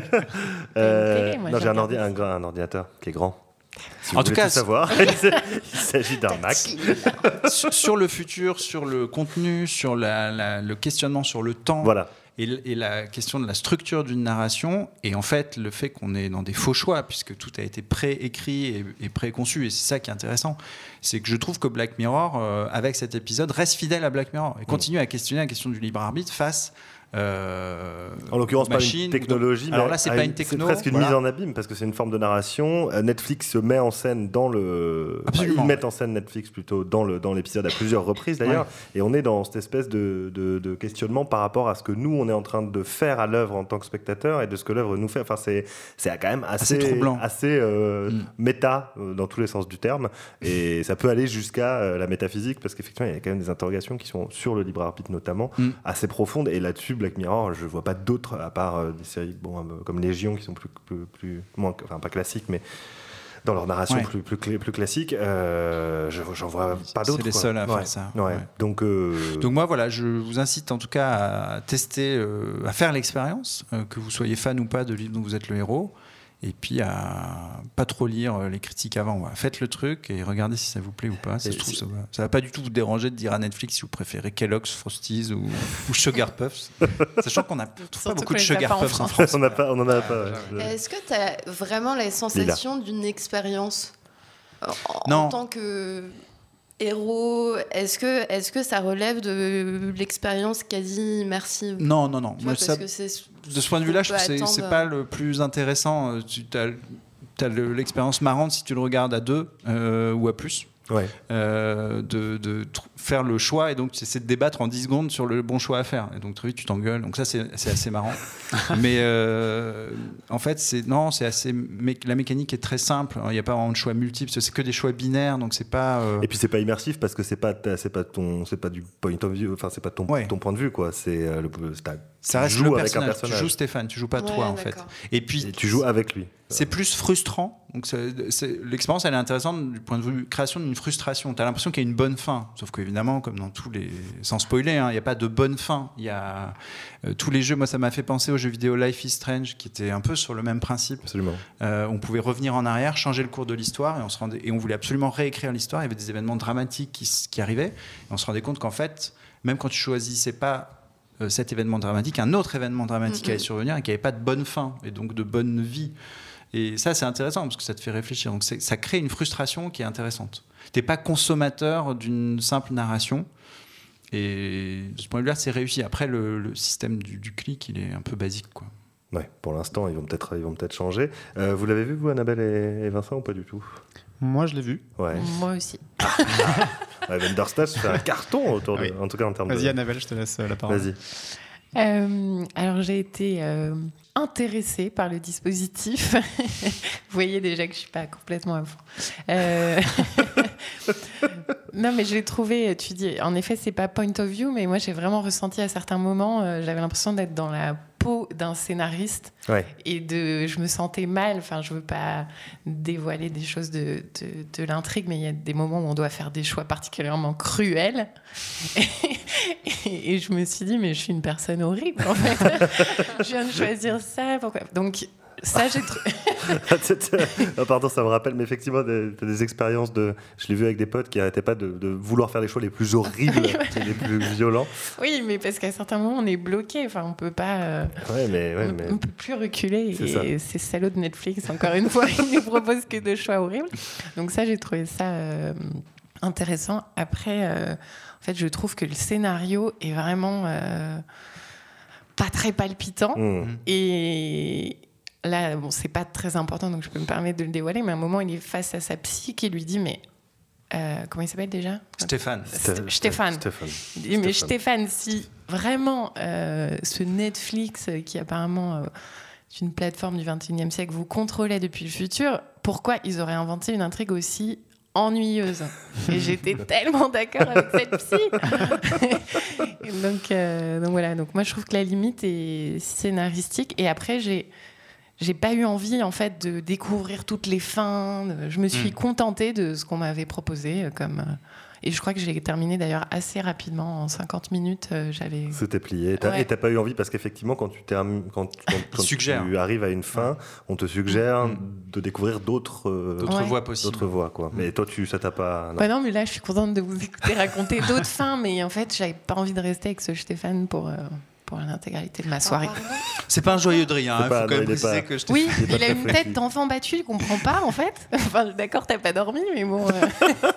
euh, télé, moi, non, j'ai un, ordi, un, un ordinateur qui est grand. Si en tout cas, tout savoir, il s'agit d'un Mac. sur, sur le futur, sur le contenu, sur la, la, le questionnement sur le temps, voilà. et, et la question de la structure d'une narration, et en fait le fait qu'on est dans des faux choix, puisque tout a été pré-écrit et, et pré-conçu, et c'est ça qui est intéressant, c'est que je trouve que Black Mirror, euh, avec cet épisode, reste fidèle à Black Mirror, et continue mmh. à questionner la question du libre arbitre face... Euh, en l'occurrence, pas une technologie, mais alors là, c'est pas une techno, c'est presque une voilà. mise en abîme parce que c'est une forme de narration. Netflix se met en scène dans le. Absolument. Enfin, ils mettent en scène Netflix plutôt dans le dans l'épisode à plusieurs reprises d'ailleurs, ouais. Et on est dans cette espèce de, de de questionnement par rapport à ce que nous on est en train de faire à l'œuvre en tant que spectateur et de ce que l'œuvre nous fait. Enfin, c'est c'est quand même assez assez, troublant. assez euh, mm. méta euh, dans tous les sens du terme, et ça peut aller jusqu'à euh, la métaphysique parce qu'effectivement il y a quand même des interrogations qui sont sur le libre arbitre notamment mm. assez profondes, et là-dessus Black Mirror, je vois pas d'autres à part euh, des séries bon, euh, comme Légion qui sont plus, plus, plus moins, enfin pas classiques, mais dans leur narration ouais. plus, plus, plus, plus classique. Euh, je, j'en vois pas d'autres. C'est les quoi. seuls à ouais. faire ça. Ouais. Ouais. Donc, euh... Donc moi voilà, je vous incite en tout cas à tester, euh, à faire l'expérience, euh, que vous soyez fan ou pas de livre dont vous êtes le héros. Et puis à pas trop lire les critiques avant. Voilà. Faites le truc et regardez si ça vous plaît ou pas. Ça, se trouve, ça, va, ça va pas du tout vous déranger de dire à Netflix si vous préférez Kellogg's, Frosties ou, ou Sugar Puffs. Sachant qu'on a pas beaucoup de Sugar Puffs en France. On en a pas, on en a pas. Ouais. Est-ce que tu as vraiment la sensation d'une expérience en, non. en tant que héros? Est-ce que, est-ce que ça relève de l'expérience quasi immersive? Non, non, non. Moi, ça, parce que c'est de ce point de vue-là, je trouve que c'est, c'est pas le plus intéressant. Tu as l'expérience marrante si tu le regardes à deux euh, ou à plus. Ouais. Euh, de, de tr- faire le choix, et donc tu essaies de débattre en dix secondes sur le bon choix à faire, et donc très vite tu t'engueules, donc ça c'est, c'est assez marrant. Mais euh, en fait c'est, non, c'est assez mé- la mécanique est très simple, il n'y a pas vraiment de choix multiples, c'est que des choix binaires, donc c'est pas euh... et puis c'est pas immersif parce que c'est pas ta, c'est pas ton c'est pas du point of view, enfin c'est pas ton, ouais. ton point de vue quoi, c'est euh, le c'est ça reste le personnage. personnage tu joues Stéphane, tu joues pas ouais, toi en d'accord. fait, et puis et tu joues avec lui. C'est plus frustrant, donc c'est, c'est, l'expérience elle est intéressante du point de vue création d'une frustration. T'as l'impression qu'il y a une bonne fin, sauf qu'évidemment, comme dans tous les, sans spoiler, il hein, n'y a pas de bonne fin. Il y a euh, tous les jeux. Moi, ça m'a fait penser au jeu vidéo Life is Strange, qui était un peu sur le même principe. Absolument. Euh, on pouvait revenir en arrière, changer le cours de l'histoire, et on se rendait, et on voulait absolument réécrire l'histoire. Il y avait des événements dramatiques qui, qui arrivaient, et on se rendait compte qu'en fait, même quand tu choisissais pas euh, cet événement dramatique, un autre événement dramatique mm-hmm. allait survenir et qu'il n'y avait pas de bonne fin et donc de bonne vie. Et ça, c'est intéressant parce que ça te fait réfléchir. Donc, c'est, ça crée une frustration qui est intéressante. Tu n'es pas consommateur d'une simple narration. Et de ce point de vue-là, c'est réussi. Après, le, le système du, du clic, il est un peu basique, quoi. Ouais, pour l'instant, ils vont peut-être, ils vont peut-être changer. Euh, vous l'avez vu, vous, Annabelle et, et Vincent, ou pas du tout? Moi, je l'ai vu. Ouais. Moi aussi. ouais, Bandersnatch, c'est un carton, autour de, oui. en tout cas en termes Vas-y, de... Vas-y, Annabelle, je te laisse la parole. Vas-y. Euh, alors, j'ai été... Euh... intéressée par le dispositif. Vous voyez déjà que je suis pas complètement à fond. Euh... non, mais je l'ai trouvé. Tu dis, en effet, c'est pas point of view, mais moi j'ai vraiment ressenti à certains moments, euh, j'avais l'impression d'être dans la peau peau d'un scénariste. Ouais. Et de, je me sentais mal. Enfin, je veux pas dévoiler des choses de, de, de l'intrigue, mais il y a des moments où on doit faire des choix particulièrement cruels. Et, et, et je me suis dit, mais je suis une personne horrible, en fait. Je viens de choisir ça. Pourquoi ? Donc, ça, j'ai trouvé. oh, pardon, ça me rappelle, mais effectivement, des, des expériences de. Je l'ai vu avec des potes qui n'arrêtaient pas de, de vouloir faire les choix les plus horribles et les plus violents. Oui, mais parce qu'à certains moments, on est bloqué. Enfin, on peut pas. Euh, ouais, mais, ouais, on, mais... on peut plus reculer. C'est et ces salauds de Netflix, encore une fois, ils ne proposent que de choix horribles. Donc ça, j'ai trouvé ça euh, intéressant. Après, euh, en fait, je trouve que le scénario est vraiment euh, pas très palpitant. Mmh. Et là, bon, c'est pas très important, donc je peux me permettre de le dévoiler, mais à un moment, il est face à sa psy qui lui dit, mais euh, comment il s'appelle déjà ? Stéphane. St- Stéphane. Stéphane. Il dit, mais Stéphane, si vraiment euh, ce Netflix, qui apparemment euh, est une plateforme du vingt et unième siècle, vous contrôlait depuis le futur, pourquoi ils auraient inventé une intrigue aussi ennuyeuse ? Et j'étais tellement d'accord avec cette psy. donc, euh, donc voilà, donc moi je trouve que la limite est scénaristique. Et après, j'ai j'ai pas eu envie en fait de découvrir toutes les fins. Je me suis mmh. contentée de ce qu'on m'avait proposé comme. Et je crois que j'ai terminé d'ailleurs assez rapidement, en cinquante minutes. Euh, j'avais... C'était plié. T'as, ouais. Et t'as pas eu envie parce qu'effectivement, quand tu, termines, quand, quand, quand tu arrives à une fin, ouais. on te suggère mmh. de découvrir d'autres, euh, d'autres ouais. voies possibles. D'autres voies, quoi. Mmh. Mais toi, tu, ça t'a pas. Non. Bah non, mais là, je suis contente de vous écouter raconter d'autres fins. Mais en fait, j'avais pas envie de rester avec ce Stéphane pour. Euh... pour l'intégralité de ma soirée. Oh, c'est pas un joyeux de rien, il hein, faut quand même préciser pas... que je t'ai Oui, il, il a une tête d'enfant battu, il comprend pas en fait. Enfin, d'accord, t'as pas dormi, mais bon, euh...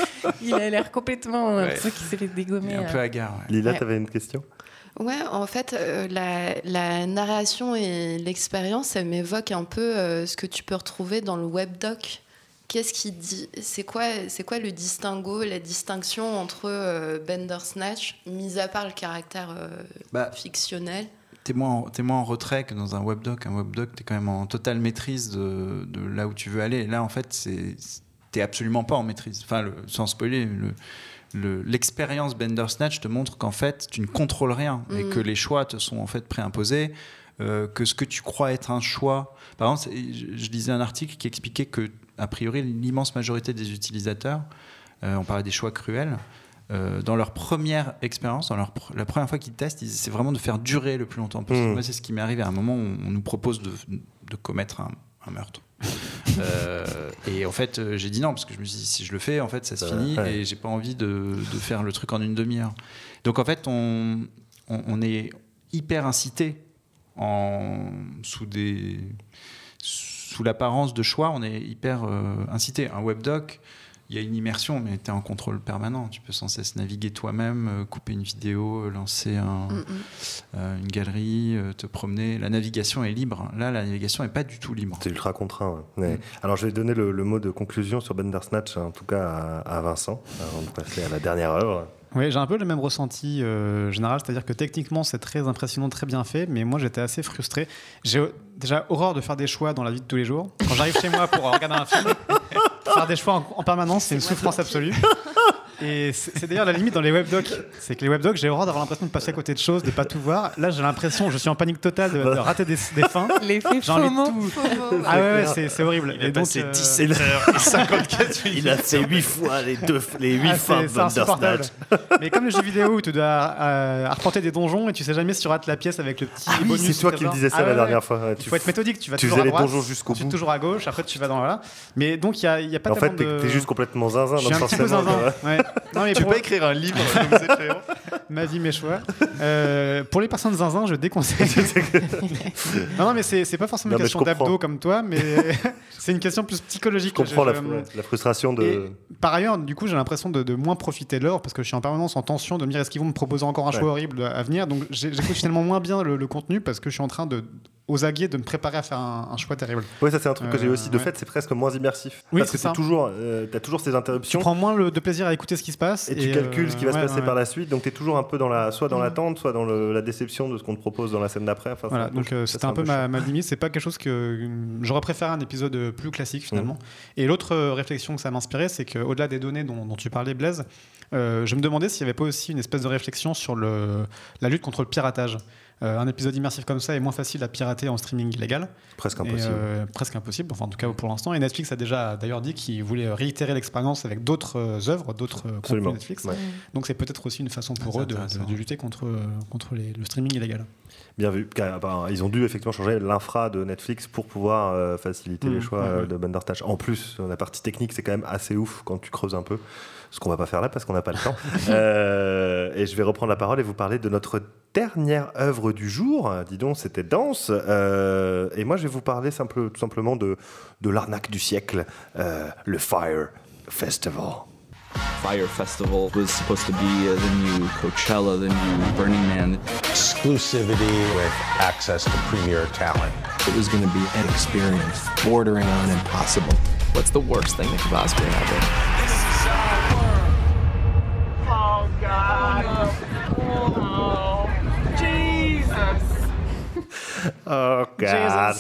il a l'air complètement ouais. euh, qui s'est fait dégommer. Il est un euh... peu hagard. Ouais. Lila, ouais. t'avais une question ? Ouais, en fait, euh, la, la narration et l'expérience, ça m'évoque un peu euh, ce que tu peux retrouver dans le webdoc. Qu'est-ce qui dit, c'est quoi, c'est quoi le distinguo, la distinction entre euh, Bandersnatch, mis à part le caractère euh, bah, fictionnel? T'es moins, en, t'es moins en retrait que dans un webdoc. Un webdoc, t'es quand même en totale maîtrise de, de là où tu veux aller. Et là, en fait, c'est, t'es absolument pas en maîtrise. Enfin, le, sans spoiler, le, le, l'expérience Bandersnatch te montre qu'en fait, tu ne contrôles rien mmh. et que les choix te sont en fait préimposés. Euh, que ce que tu crois être un choix. Par exemple, je, je lisais un article qui expliquait que a priori, l'immense majorité des utilisateurs, euh, on parlait des choix cruels, euh, dans leur première expérience, dans leur pr- la première fois qu'ils testent, ils essaient vraiment de faire durer le plus longtemps possible. Mmh. Moi, c'est ce qui m'est arrivé à un moment où on nous propose de, de commettre un, un meurtre. euh, et en fait, euh, j'ai dit non, parce que je me suis dit, si je le fais, en fait, ça se euh, finit, ouais. et j'ai pas envie de, de faire le truc en une demi-heure. Donc, en fait, on, on, on est hyper incité en, sous des... sous l'apparence de choix, on est hyper euh, incité. Un webdoc, il y a une immersion, mais tu es en contrôle permanent. Tu peux sans cesse naviguer toi-même, euh, couper une vidéo, lancer un, euh, une galerie, euh, te promener. La navigation est libre. Là, la navigation n'est pas du tout libre. C'est ultra contraint. Ouais. Mais, mm. Alors, je vais donner le, le mot de conclusion sur Bandersnatch, en tout cas à, à Vincent, avant de passer à la dernière œuvre. Oui, j'ai un peu le même ressenti euh, général, c'est-à-dire que techniquement c'est très impressionnant, très bien fait, mais moi j'étais assez frustré. J'ai déjà horreur de faire des choix dans la vie de tous les jours. Quand j'arrive chez moi pour regarder un film, faire des choix en, en permanence, c'est une souffrance absolue. Et c'est, c'est d'ailleurs la limite dans les webdocs. C'est que les webdocs, j'ai horreur d'avoir l'impression de passer à côté de choses, de pas tout voir. Là, j'ai l'impression, je suis en panique totale de, de rater des, des fins. L'effet j'ai envie FOMO. de tout. Ah ouais, ouais c'est, c'est horrible. Il a et passé donc, dix-sept heures et cinquante-quatre minutes. Il a fait huit fois les deux, les huit ah, fins de Bandersnatch. Mais comme les jeux vidéo où tu dois euh, arpenter des donjons et tu sais jamais si tu rates la pièce avec le petit ah bonus. Oui, c'est toi qui me disais ça ah, la ouais, dernière fois. Ouais, il faut être méthodique. Tu vas tu toujours à droite, les donjons jusqu'au bout. toujours à gauche. Après, tu vas dans voilà. Mais donc il y a, y a pas en tellement fait, de. En fait, t'es juste complètement zinzin. Je suis un petit peu zinzin. Ouais. Non, mais tu peux écrire un livre comme ça. Ma vie, mes choix. Euh, pour les personnes zinzin, je déconseille. non, non, mais c'est, c'est pas forcément non, une question d'abdos comme toi, mais c'est une question plus psychologique. Je comprends je, la, je, la frustration de. Et, par ailleurs, du coup, j'ai l'impression de, de moins profiter de l'œuvre parce que je suis en permanence en tension de me dire est-ce qu'ils vont me proposer encore un choix ouais. horrible à venir. Donc, j'écoute finalement moins bien le, le contenu parce que je suis en train de. aux aguets de me préparer à faire un, un choix terrible. Oui, ça c'est un truc euh, que j'ai aussi. De ouais. fait, c'est presque moins immersif. Oui, parce c'est que ça. c'est toujours, euh, t'as toujours ces interruptions. Tu prends moins le, de plaisir à écouter ce qui se passe. Et, et tu calcules euh, ce qui va ouais, se passer ouais. par la suite. Donc t'es toujours un peu dans la, soit dans mmh. l'attente, soit dans le, la déception de ce qu'on te propose dans la scène d'après. Enfin, voilà, un donc peu, euh, c'était un peu, un peu ma, ma limite. C'est pas quelque chose que j'aurais préféré un épisode plus classique finalement. Mmh. Et l'autre réflexion que ça m'a inspiré, c'est qu'au-delà des données dont, dont tu parlais, Blaise, euh, je me demandais s'il n'y avait pas aussi une espèce de réflexion sur le, la lutte contre le piratage. Euh, un épisode immersif comme ça est moins facile à pirater en streaming illégal. Presque Et, impossible. euh, presque impossible, enfin en tout cas pour l'instant. Et Netflix a déjà d'ailleurs dit qu'il voulait réitérer l'expérience avec d'autres euh, œuvres, d'autres euh, contenus Netflix. Ouais. Donc c'est peut-être aussi une façon pour Ah, eux de, de, de lutter contre, euh, contre les, le streaming illégal. Bien vu. Enfin, ils ont dû effectivement changer l'infra de Netflix pour pouvoir euh, faciliter Mmh, les choix ouais, euh, ouais. de Bandersnatch. En plus, la partie technique, c'est quand même assez ouf quand tu creuses un peu. Ce qu'on va pas faire là parce qu'on n'a pas le temps. euh, et je vais reprendre la parole et vous parler de notre dernière œuvre du jour. Dis donc, c'était Danse. Euh, et moi, je vais vous parler simple, tout simplement de, de l'arnaque du siècle, euh, le Fire Festival. Fire Festival was supposed to be uh, the new Coachella, the new Burning Man. Exclusivity with access to premier talent. It was going to be an experience bordering on impossible. What's the worst thing that could possibly happen? Oh, God. Oh, Jesus. Oh God.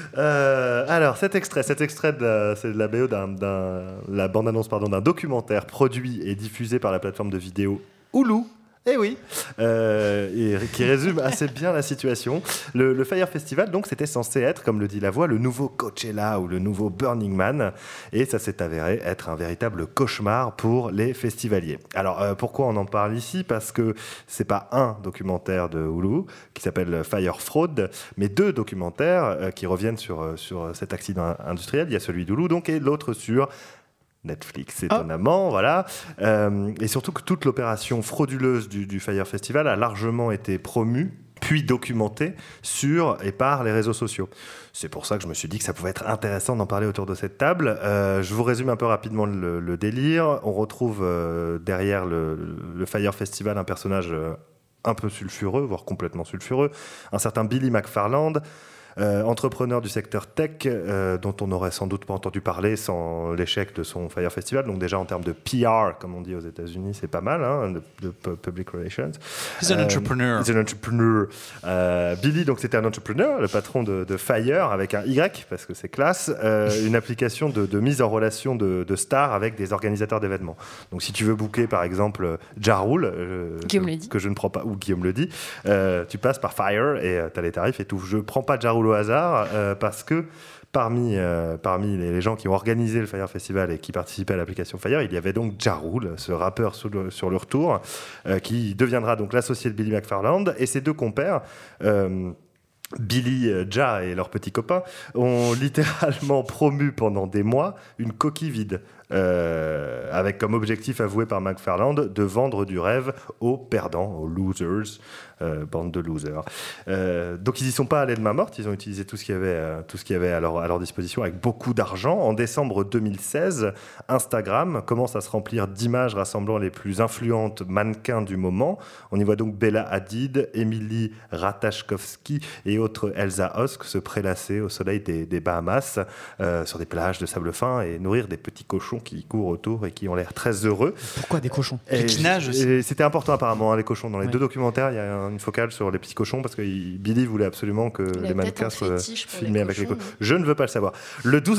Euh, alors cet extrait, cet extrait de la, c'est de la B O d'un, d'un la bande-annonce pardon d'un documentaire produit et diffusé par la plateforme de vidéo Hulu. Eh oui, euh, et qui résume assez bien la situation. Le, le Fire Festival, donc, c'était censé être, comme le dit la voix, le nouveau Coachella ou le nouveau Burning Man, et ça s'est avéré être un véritable cauchemar pour les festivaliers. Alors, euh, pourquoi on en parle ici ? Parce que c'est pas un documentaire de Hulu qui s'appelle Fire Fraud, mais deux documentaires euh, qui reviennent sur sur cet accident industriel. Il y a celui d'Hulu, donc, et l'autre sur Netflix, étonnamment, oh. voilà. Euh, et surtout que toute l'opération frauduleuse du, du Fire Festival a largement été promue, puis documentée sur et par les réseaux sociaux. C'est pour ça que je me suis dit que ça pouvait être intéressant d'en parler autour de cette table. Euh, je vous résume un peu rapidement le, le délire. On retrouve euh, derrière le, le Fire Festival un personnage euh, un peu sulfureux, voire complètement sulfureux, un certain Billy McFarland, Euh, entrepreneur du secteur tech, euh, dont on n'aurait sans doute pas entendu parler sans l'échec de son Fire Festival. Donc déjà en termes de P R, comme on dit aux États-Unis, c'est pas mal, hein, de, de public relations. He's an euh, entrepreneur. He's an entrepreneur. Euh, Billy, donc c'était un entrepreneur, le patron de, de Fire avec un Y parce que c'est classe, euh, une application de, de mise en relation de, de stars avec des organisateurs d'événements. Donc si tu veux booker par exemple Ja Rule, euh, que, que je ne prends pas, ou Guillaume le dit, euh, tu passes par Fire et euh, tu as les tarifs et tout. Je prends pas Ja Rule au hasard euh, parce que parmi, euh, parmi les, les gens qui ont organisé le Fire Festival et qui participaient à l'application Fire, il y avait donc Ja Rule, ce rappeur sur le, sur le retour, euh, qui deviendra donc l'associé de Billy McFarland, et ses deux compères, euh, Billy, Ja et leurs petits copains, ont littéralement promu pendant des mois une coquille vide. Euh, avec comme objectif avoué par McFarland de vendre du rêve aux perdants, aux losers, euh, bande de losers. Euh, donc ils y sont pas allés de main morte, ils ont utilisé tout ce qu'il y avait, euh, tout ce qu'il y avait à leur, à leur disposition avec beaucoup d'argent. En décembre deux mille seize, Instagram commence à se remplir d'images rassemblant les plus influentes mannequins du moment. On y voit donc Bella Hadid, Emily Ratajkowski et autres Elsa Hosk se prélasser au soleil des, des Bahamas euh, sur des plages de sable fin et nourrir des petits cochons qui courent autour et qui ont l'air très heureux. Pourquoi des cochons ? Et, qui nagent aussi. Et c'était important apparemment, hein, les cochons. Dans les ouais. deux documentaires, il y a une focale sur les petits cochons parce que il, Billy voulait absolument que il les mannequins soient filmés avec les cochons. Non Je ne veux pas le savoir. Le douze,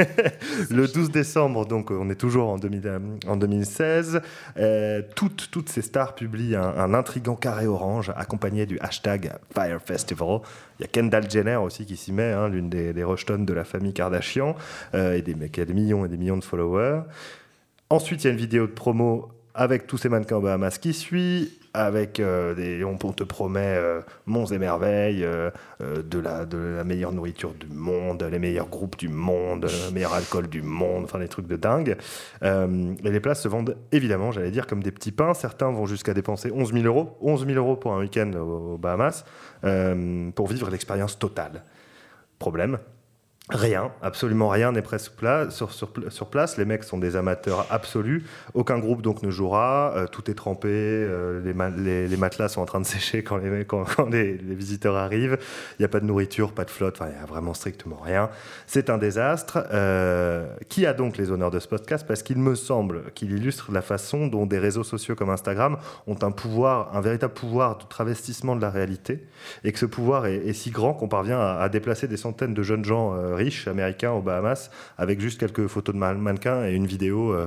le douze décembre, donc on est toujours en, deux mille, en deux mille seize, euh, toutes, toutes ces stars publient un, un intriguant carré orange accompagné du hashtag Fire Festival. Il y a Kendall Jenner aussi qui s'y met, hein, l'une des, des Rushton de la famille Kardashian, euh, et des, qui a des millions et des millions de followers. Ensuite, il y a une vidéo de promo avec tous ces mannequins aux Bahamas qui suit, avec euh, des, on, on te promet euh, monts et merveilles, euh, euh, de, la, de la meilleure nourriture du monde, les meilleurs groupes du monde, le meilleur alcool du monde, enfin des trucs de dingue. Euh, et les places se vendent évidemment, j'allais dire, comme des petits pains. Certains vont jusqu'à dépenser onze mille euros, onze mille euros pour un week-end aux, aux Bahamas, euh, pour vivre l'expérience totale. Problème. Rien, absolument rien n'est prêt sur place, sur, sur, sur place. Les mecs sont des amateurs absolus. Aucun groupe donc ne jouera. Euh, tout est trempé. Euh, les, ma- les, les matelas sont en train de sécher quand les, quand, quand les, les visiteurs arrivent. Il n'y a pas de nourriture, pas de flotte. Enfin, il n'y a vraiment strictement rien. C'est un désastre. Euh, qui a donc les honneurs de ce podcast ? Parce qu'il me semble qu'il illustre la façon dont des réseaux sociaux comme Instagram ont un pouvoir, un véritable pouvoir de travestissement de la réalité, et que ce pouvoir est, est si grand qu'on parvient à, à déplacer des centaines de jeunes gens euh, riches américains aux Bahamas avec juste quelques photos de man- mannequins et une vidéo euh,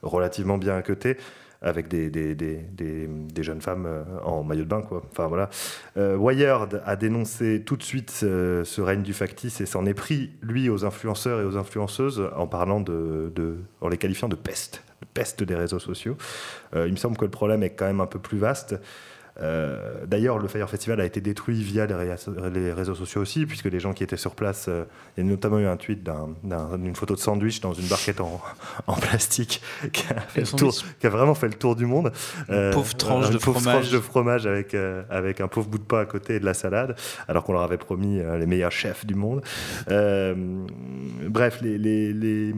relativement bien accotée, avec des, des, des, des, des jeunes femmes euh, en maillot de bain, quoi. Enfin, voilà. Euh, Wired a dénoncé tout de suite euh, ce règne du factice et s'en est pris, lui, aux influenceurs et aux influenceuses en parlant de, de, en les qualifiant de peste, de peste des réseaux sociaux. Euh, il me semble que le problème est quand même un peu plus vaste. Euh, d'ailleurs, le Fire Festival a été détruit via les, ré- les réseaux sociaux aussi, puisque les gens qui étaient sur place, euh, il y a notamment eu un tweet d'un, d'un, d'une photo de sandwich dans une barquette en, en plastique qui a, fait le tour, qui a vraiment fait le tour du monde. Euh, une pauvre tranche, une de, pauvre fromage. tranche de fromage avec, euh, avec un pauvre bout de pain à côté et de la salade, alors qu'on leur avait promis euh, les meilleurs chefs du monde. Euh, bref, les, les, les...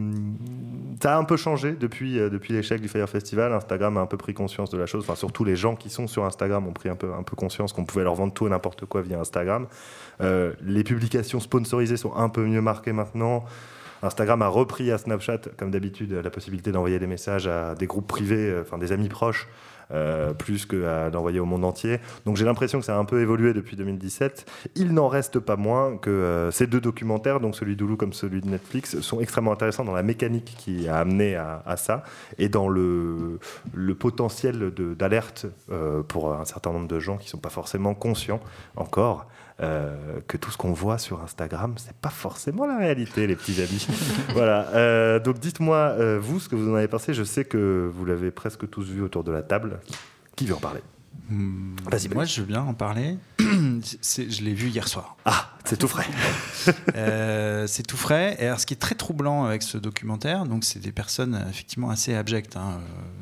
ça a un peu changé depuis, euh, depuis l'échec du Fire Festival. Instagram a un peu pris conscience de la chose, enfin surtout les gens qui sont sur Instagram ont pris un peu, un peu conscience qu'on pouvait leur vendre tout et n'importe quoi via Instagram. Euh, les publications sponsorisées sont un peu mieux marquées maintenant. Instagram a repris à Snapchat, comme d'habitude, la possibilité d'envoyer des messages à des groupes privés, enfin des amis proches, euh, plus que d'envoyer au monde entier. Donc j'ai l'impression que ça a un peu évolué depuis deux mille dix-sept. Il n'en reste pas moins que euh, ces deux documentaires, donc celui d'Hulu comme celui de Netflix, sont extrêmement intéressants dans la mécanique qui a amené à, à ça et dans le, le potentiel de, d'alerte euh, pour un certain nombre de gens qui ne sont pas forcément conscients encore euh, que tout ce qu'on voit sur Instagram, c'est pas forcément la réalité, les petits amis. Voilà. Euh, donc dites-moi, euh, vous, ce que vous en avez pensé. Je sais que vous l'avez presque tous vu autour de la table. Qui veut en parler ? Mmh, Moi, je veux bien en parler. c'est, je l'ai vu hier soir. Ah, c'est tout frais. euh, c'est tout frais. Et alors, ce qui est très troublant avec ce documentaire, donc, c'est des personnes effectivement assez abjectes. Hein.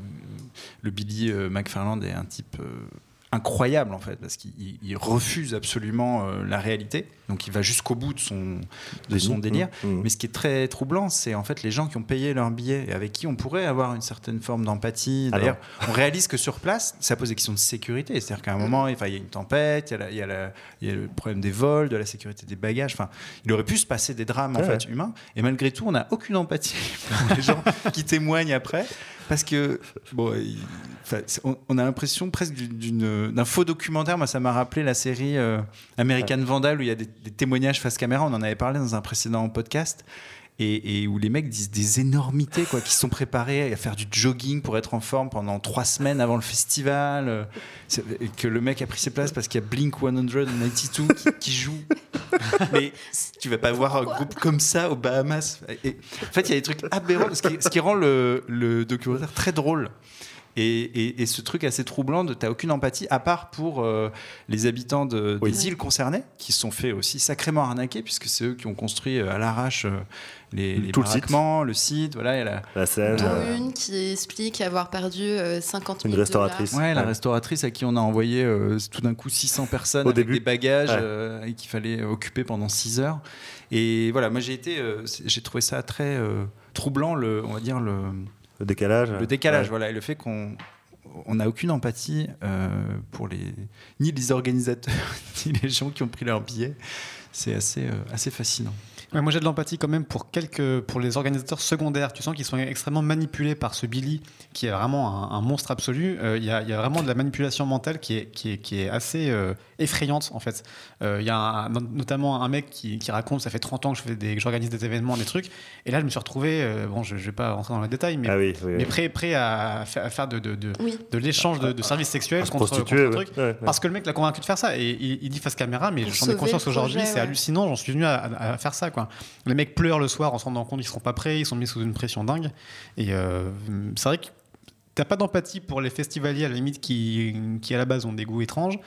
Le Billy euh, McFarland est un type... Euh, incroyable en fait parce qu'il il refuse absolument euh, la réalité, donc il va jusqu'au bout de son, de son délire. Mmh, mmh. Mais ce qui est très troublant, c'est en fait les gens qui ont payé leur billet et avec qui on pourrait avoir une certaine forme d'empathie. D'ailleurs, on réalise que sur place ça pose des questions de sécurité, c'est-à-dire qu'à un moment il y a une tempête, il y a, la, il y a, la, il y a le problème des vols, de la sécurité des bagages, enfin il aurait pu se passer des drames en ouais, fait ouais. humains, et malgré tout on n'a aucune empathie pour les gens qui témoignent après. Parce que bon, il, on, on a l'impression presque d'une, d'un faux documentaire. Moi, ça m'a rappelé la série euh, American ouais. Vandal où il y a des, des témoignages face caméra. On en avait parlé dans un précédent podcast. Et, et où les mecs disent des énormités, quoi, qui se sont préparés à faire du jogging pour être en forme pendant trois semaines avant le festival, euh, et que le mec a pris ses places parce qu'il y a Blink cent quatre-vingt-douze qui, qui joue. Mais tu vas pas voir un groupe comme ça aux Bahamas. Et, en fait, il y a des trucs aberrants, ce qui, ce qui rend le, le documentaire très drôle. Et, et, et ce truc assez troublant de t'as aucune empathie, à part pour euh, les habitants de, oui. des îles concernées, qui se sont fait aussi sacrément arnaquer, puisque c'est eux qui ont construit euh, à l'arrache euh, les, les baraquements, le site, voilà, et la, la scène. Euh... Une qui explique avoir perdu euh, cinquante mille Une restauratrice. Ouais, la restauratrice à qui on a envoyé euh, tout d'un coup six cents personnes Au avec début. des bagages ouais. euh, et qu'il fallait occuper pendant six heures. Et voilà, moi j'ai été, euh, j'ai trouvé ça très euh, troublant, le, on va dire le. Le décalage. Le décalage, ouais. voilà. Et le fait qu'on n'a aucune empathie euh, pour les, ni les organisateurs, ni les gens qui ont pris leur billet. C'est assez, euh, assez fascinant. Ouais, moi j'ai de l'empathie quand même pour, quelques, pour les organisateurs secondaires. Tu sens qu'ils sont extrêmement manipulés par ce Billy qui est vraiment un, un monstre absolu. Il euh, y, y a vraiment de la manipulation mentale qui est, qui est, qui est assez euh, effrayante en fait. Il euh, y a un, notamment un mec qui, qui raconte ça fait trente ans que je fais des, que j'organise des événements, des trucs. Et là je me suis retrouvé, euh, bon je ne vais pas rentrer dans les détails, mais, ah oui, oui, mais oui. prêt, prêt à, à faire de, de, de, oui. de l'échange de, de services sexuels à contre, contre un truc. Ouais, ouais. Parce que le mec l'a convaincu de faire ça. Et il, il dit face caméra, mais j'en ai conscience aujourd'hui, ouais. c'est hallucinant, j'en suis venu à, à, à faire ça, quoi. Les mecs pleurent le soir en se rendant compte qu'ils ne seront pas prêts, ils sont mis sous une pression dingue. Et euh, c'est vrai que t'as pas d'empathie pour les festivaliers à la limite qui, qui à la base ont des goûts étranges,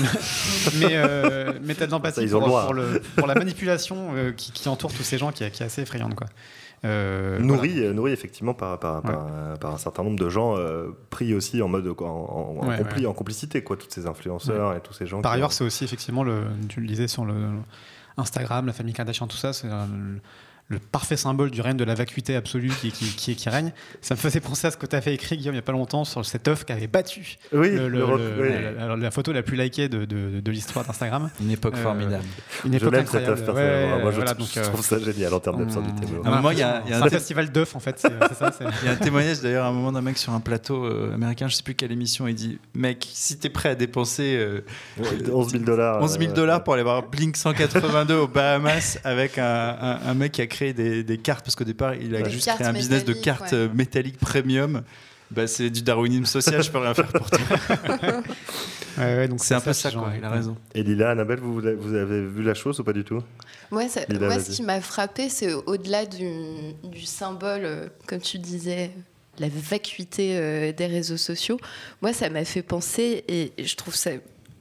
mais, euh, mais t'as de l'empathie ça, pour, pour, le, pour la manipulation euh, qui, qui entoure tous ces gens qui, qui est assez effrayante, quoi. Euh, nourri, voilà. nourri effectivement par, par, ouais. par, par un certain nombre de gens euh, pris aussi en mode en, en, ouais, en, compli, ouais. en complicité, quoi, tous ces influenceurs ouais. et tous ces gens. Par qui ailleurs, ont... c'est aussi effectivement le, tu le disais sur le, le Instagram, la famille Kardashian, tout ça, c'est euh, le, le parfait symbole du règne de la vacuité absolue qui, qui, qui, qui règne. Ça me faisait penser à ce que tu as fait écrit, Guillaume, il n'y a pas longtemps, sur cet œuf qui avait battu oui, le, le, le, le, oui. la, la, la photo la plus likée de, de, de l'histoire d'Instagram. Une époque euh, formidable. Une époque je l'aime incroyable. Cet œuf, personnellement. Ouais, Moi, je, voilà, trouve, donc, je trouve ça génial en termes d'absurdité. À un moment, il y a, y a un, un té- festival d'œufs, en fait. C'est, c'est ça, c'est... Il y a un témoignage d'ailleurs à un moment d'un mec sur un plateau euh, américain, je ne sais plus quelle émission, il dit mec, si tu es prêt à dépenser euh, onze mille dollars onze mille dollars pour aller voir Blink cent quatre-vingt-deux aux Bahamas avec un, un, un mec qui a créé créer des, des cartes, parce qu'au départ, il a Des juste cartes créé un business de métalliques, cartes ouais. euh, métalliques premium. Bah, c'est du darwinisme social, je peux rien faire pour toi. Ouais, ouais, donc c'est un peu ça, ça, quoi, genre, il a raison. Et Lila, Annabelle, vous, vous avez vu la chose ou pas du tout? Moi, ça- Lila, moi vas-y. ce qui m'a frappé, c'est au-delà du, du symbole, euh, comme tu disais, la vacuité euh, des réseaux sociaux. Moi, ça m'a fait penser, et je trouve ça,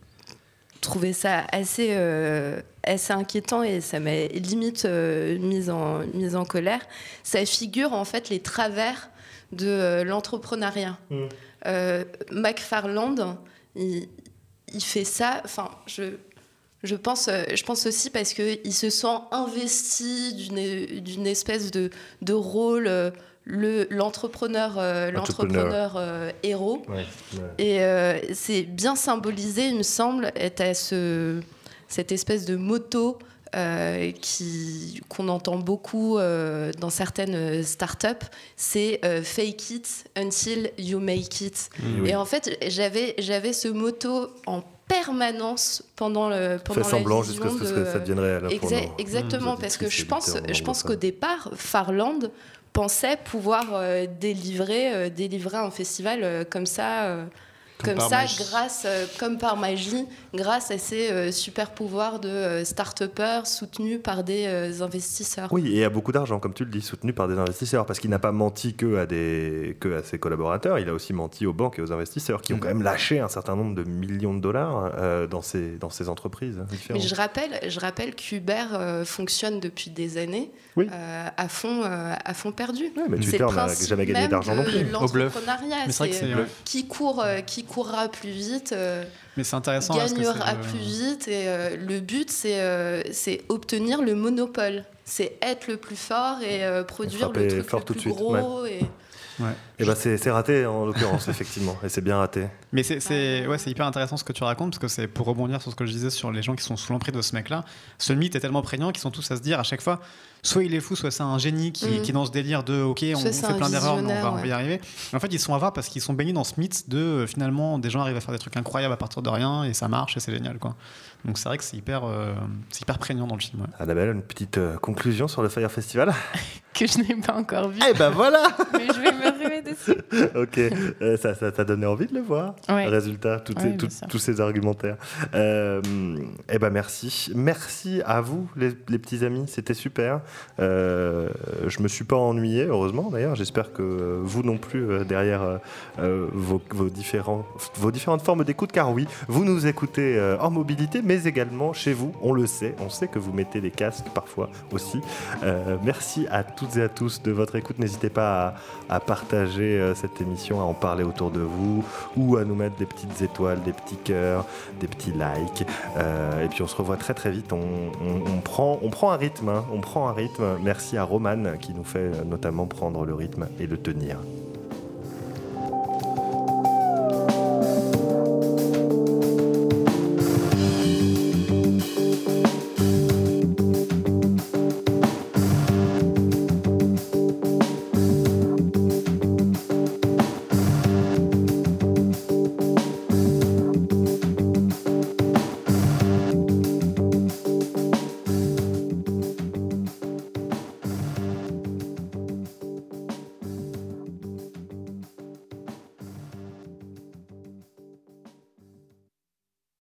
trouvais ça assez, euh, assez inquiétant, et ça m'a limite euh, mise en, mise en colère. Ça figure en fait les travers de euh, l'entrepreneuriat. Mmh. Euh, McFarland, il, il fait ça. Enfin, je. Je pense, je pense aussi parce qu'il se sent investi d'une, d'une espèce de, de rôle, le, l'entrepreneur, euh, l'entrepreneur euh, héros. Ouais, ouais. Et euh, c'est bien symbolisé, il me semble, à ce, cette espèce de motto euh, qui, qu'on entend beaucoup euh, dans certaines startups, c'est euh, « fake it until you make it ». Oui. Et en fait, j'avais, j'avais ce motto en permanence pendant le pendant Fait semblant la jusqu'à vision ce de... que ça devienne réel. Exa- pour nos- exactement, nos parce que auditrices je et pense, auditeurs je pense anglophones. qu'au départ, Farland pensait pouvoir euh, délivrer, euh, délivrer un festival euh, comme ça, euh, Comme comme par ça, magie. grâce, euh, comme par magie, grâce à ces euh, super pouvoirs de euh, start-upers soutenus par des euh, investisseurs. Oui, et à beaucoup d'argent, comme tu le dis, soutenu par des investisseurs, parce qu'il n'a pas menti que à, des, que à ses collaborateurs, il a aussi menti aux banques et aux investisseurs, qui ont Mm. quand même lâché un certain nombre de millions de dollars euh, dans, ces, dans ces entreprises Mais différentes. je rappelle, je rappelle qu'Uber euh, fonctionne depuis des années Oui. euh, à, fond, euh, à fond perdu. Ouais, mais C'est Twitter le n'a principe jamais gagné même d'argent non de plus. Au bluff. l'entrepreneuriat. Mais c'est vrai que C'est, c'est- euh, ouais. qui, court, euh, qui courra plus vite, euh, Mais c'est intéressant. parce que gagnera c'est, euh, plus vite. Et euh, le but, c'est, euh, c'est obtenir le monopole. C'est être le plus fort et euh, produire frapper le truc fort le tout plus de suite, gros. Et... Ouais. Et ben c'est, c'est raté en l'occurrence, effectivement, et c'est bien raté. Mais c'est, c'est, ouais, c'est hyper intéressant ce que tu racontes, parce que c'est pour rebondir sur ce que je disais sur les gens qui sont sous l'emprise de ce mec-là. Ce mythe est tellement prégnant qu'ils sont tous à se dire à chaque fois, soit il est fou, soit c'est un génie qui, Mm. qui est dans ce délire de ok, on, Soit on c'est fait un plein d'erreurs, mais on va, visionnaire, on va y ouais. arriver. Mais en fait, ils sont avares parce qu'ils sont baignés dans ce mythe de euh, finalement des gens arrivent à faire des trucs incroyables à partir de rien et ça marche et c'est génial, quoi. Donc c'est vrai que c'est hyper, euh, c'est hyper prégnant dans le film. Ouais. Annabelle, une petite euh, conclusion sur le Fire Festival? Que je n'ai pas encore vu. Eh ben voilà. Mais je vais me ruer dessus. Ok, euh, ça, ça t'a donné envie de le voir. Ouais. Résultat, toutes Ouais, ces- bien tout- sûr. tous ces argumentaires. Euh, eh ben merci, merci à vous les, les petits amis, c'était super. Euh, je me suis pas ennuyé, heureusement d'ailleurs. J'espère que vous non plus euh, derrière euh, euh, vos, vos différents, vos différentes formes d'écoute, car oui, vous nous écoutez euh, en mobilité, mais également chez vous. On le sait, on sait que vous mettez des casques parfois aussi. Euh, merci à toutes et à tous de votre écoute. N'hésitez pas à, à partager euh, cette émission, à en parler autour de vous, ou à nous mettre des petites étoiles, des petits cœurs, des petits likes. Euh, et puis on se revoit très très vite. On, on- on prend, on prend un rythme, hein. on prend un rythme. Merci à Roman qui nous fait euh, notamment prendre le rythme et le tenir.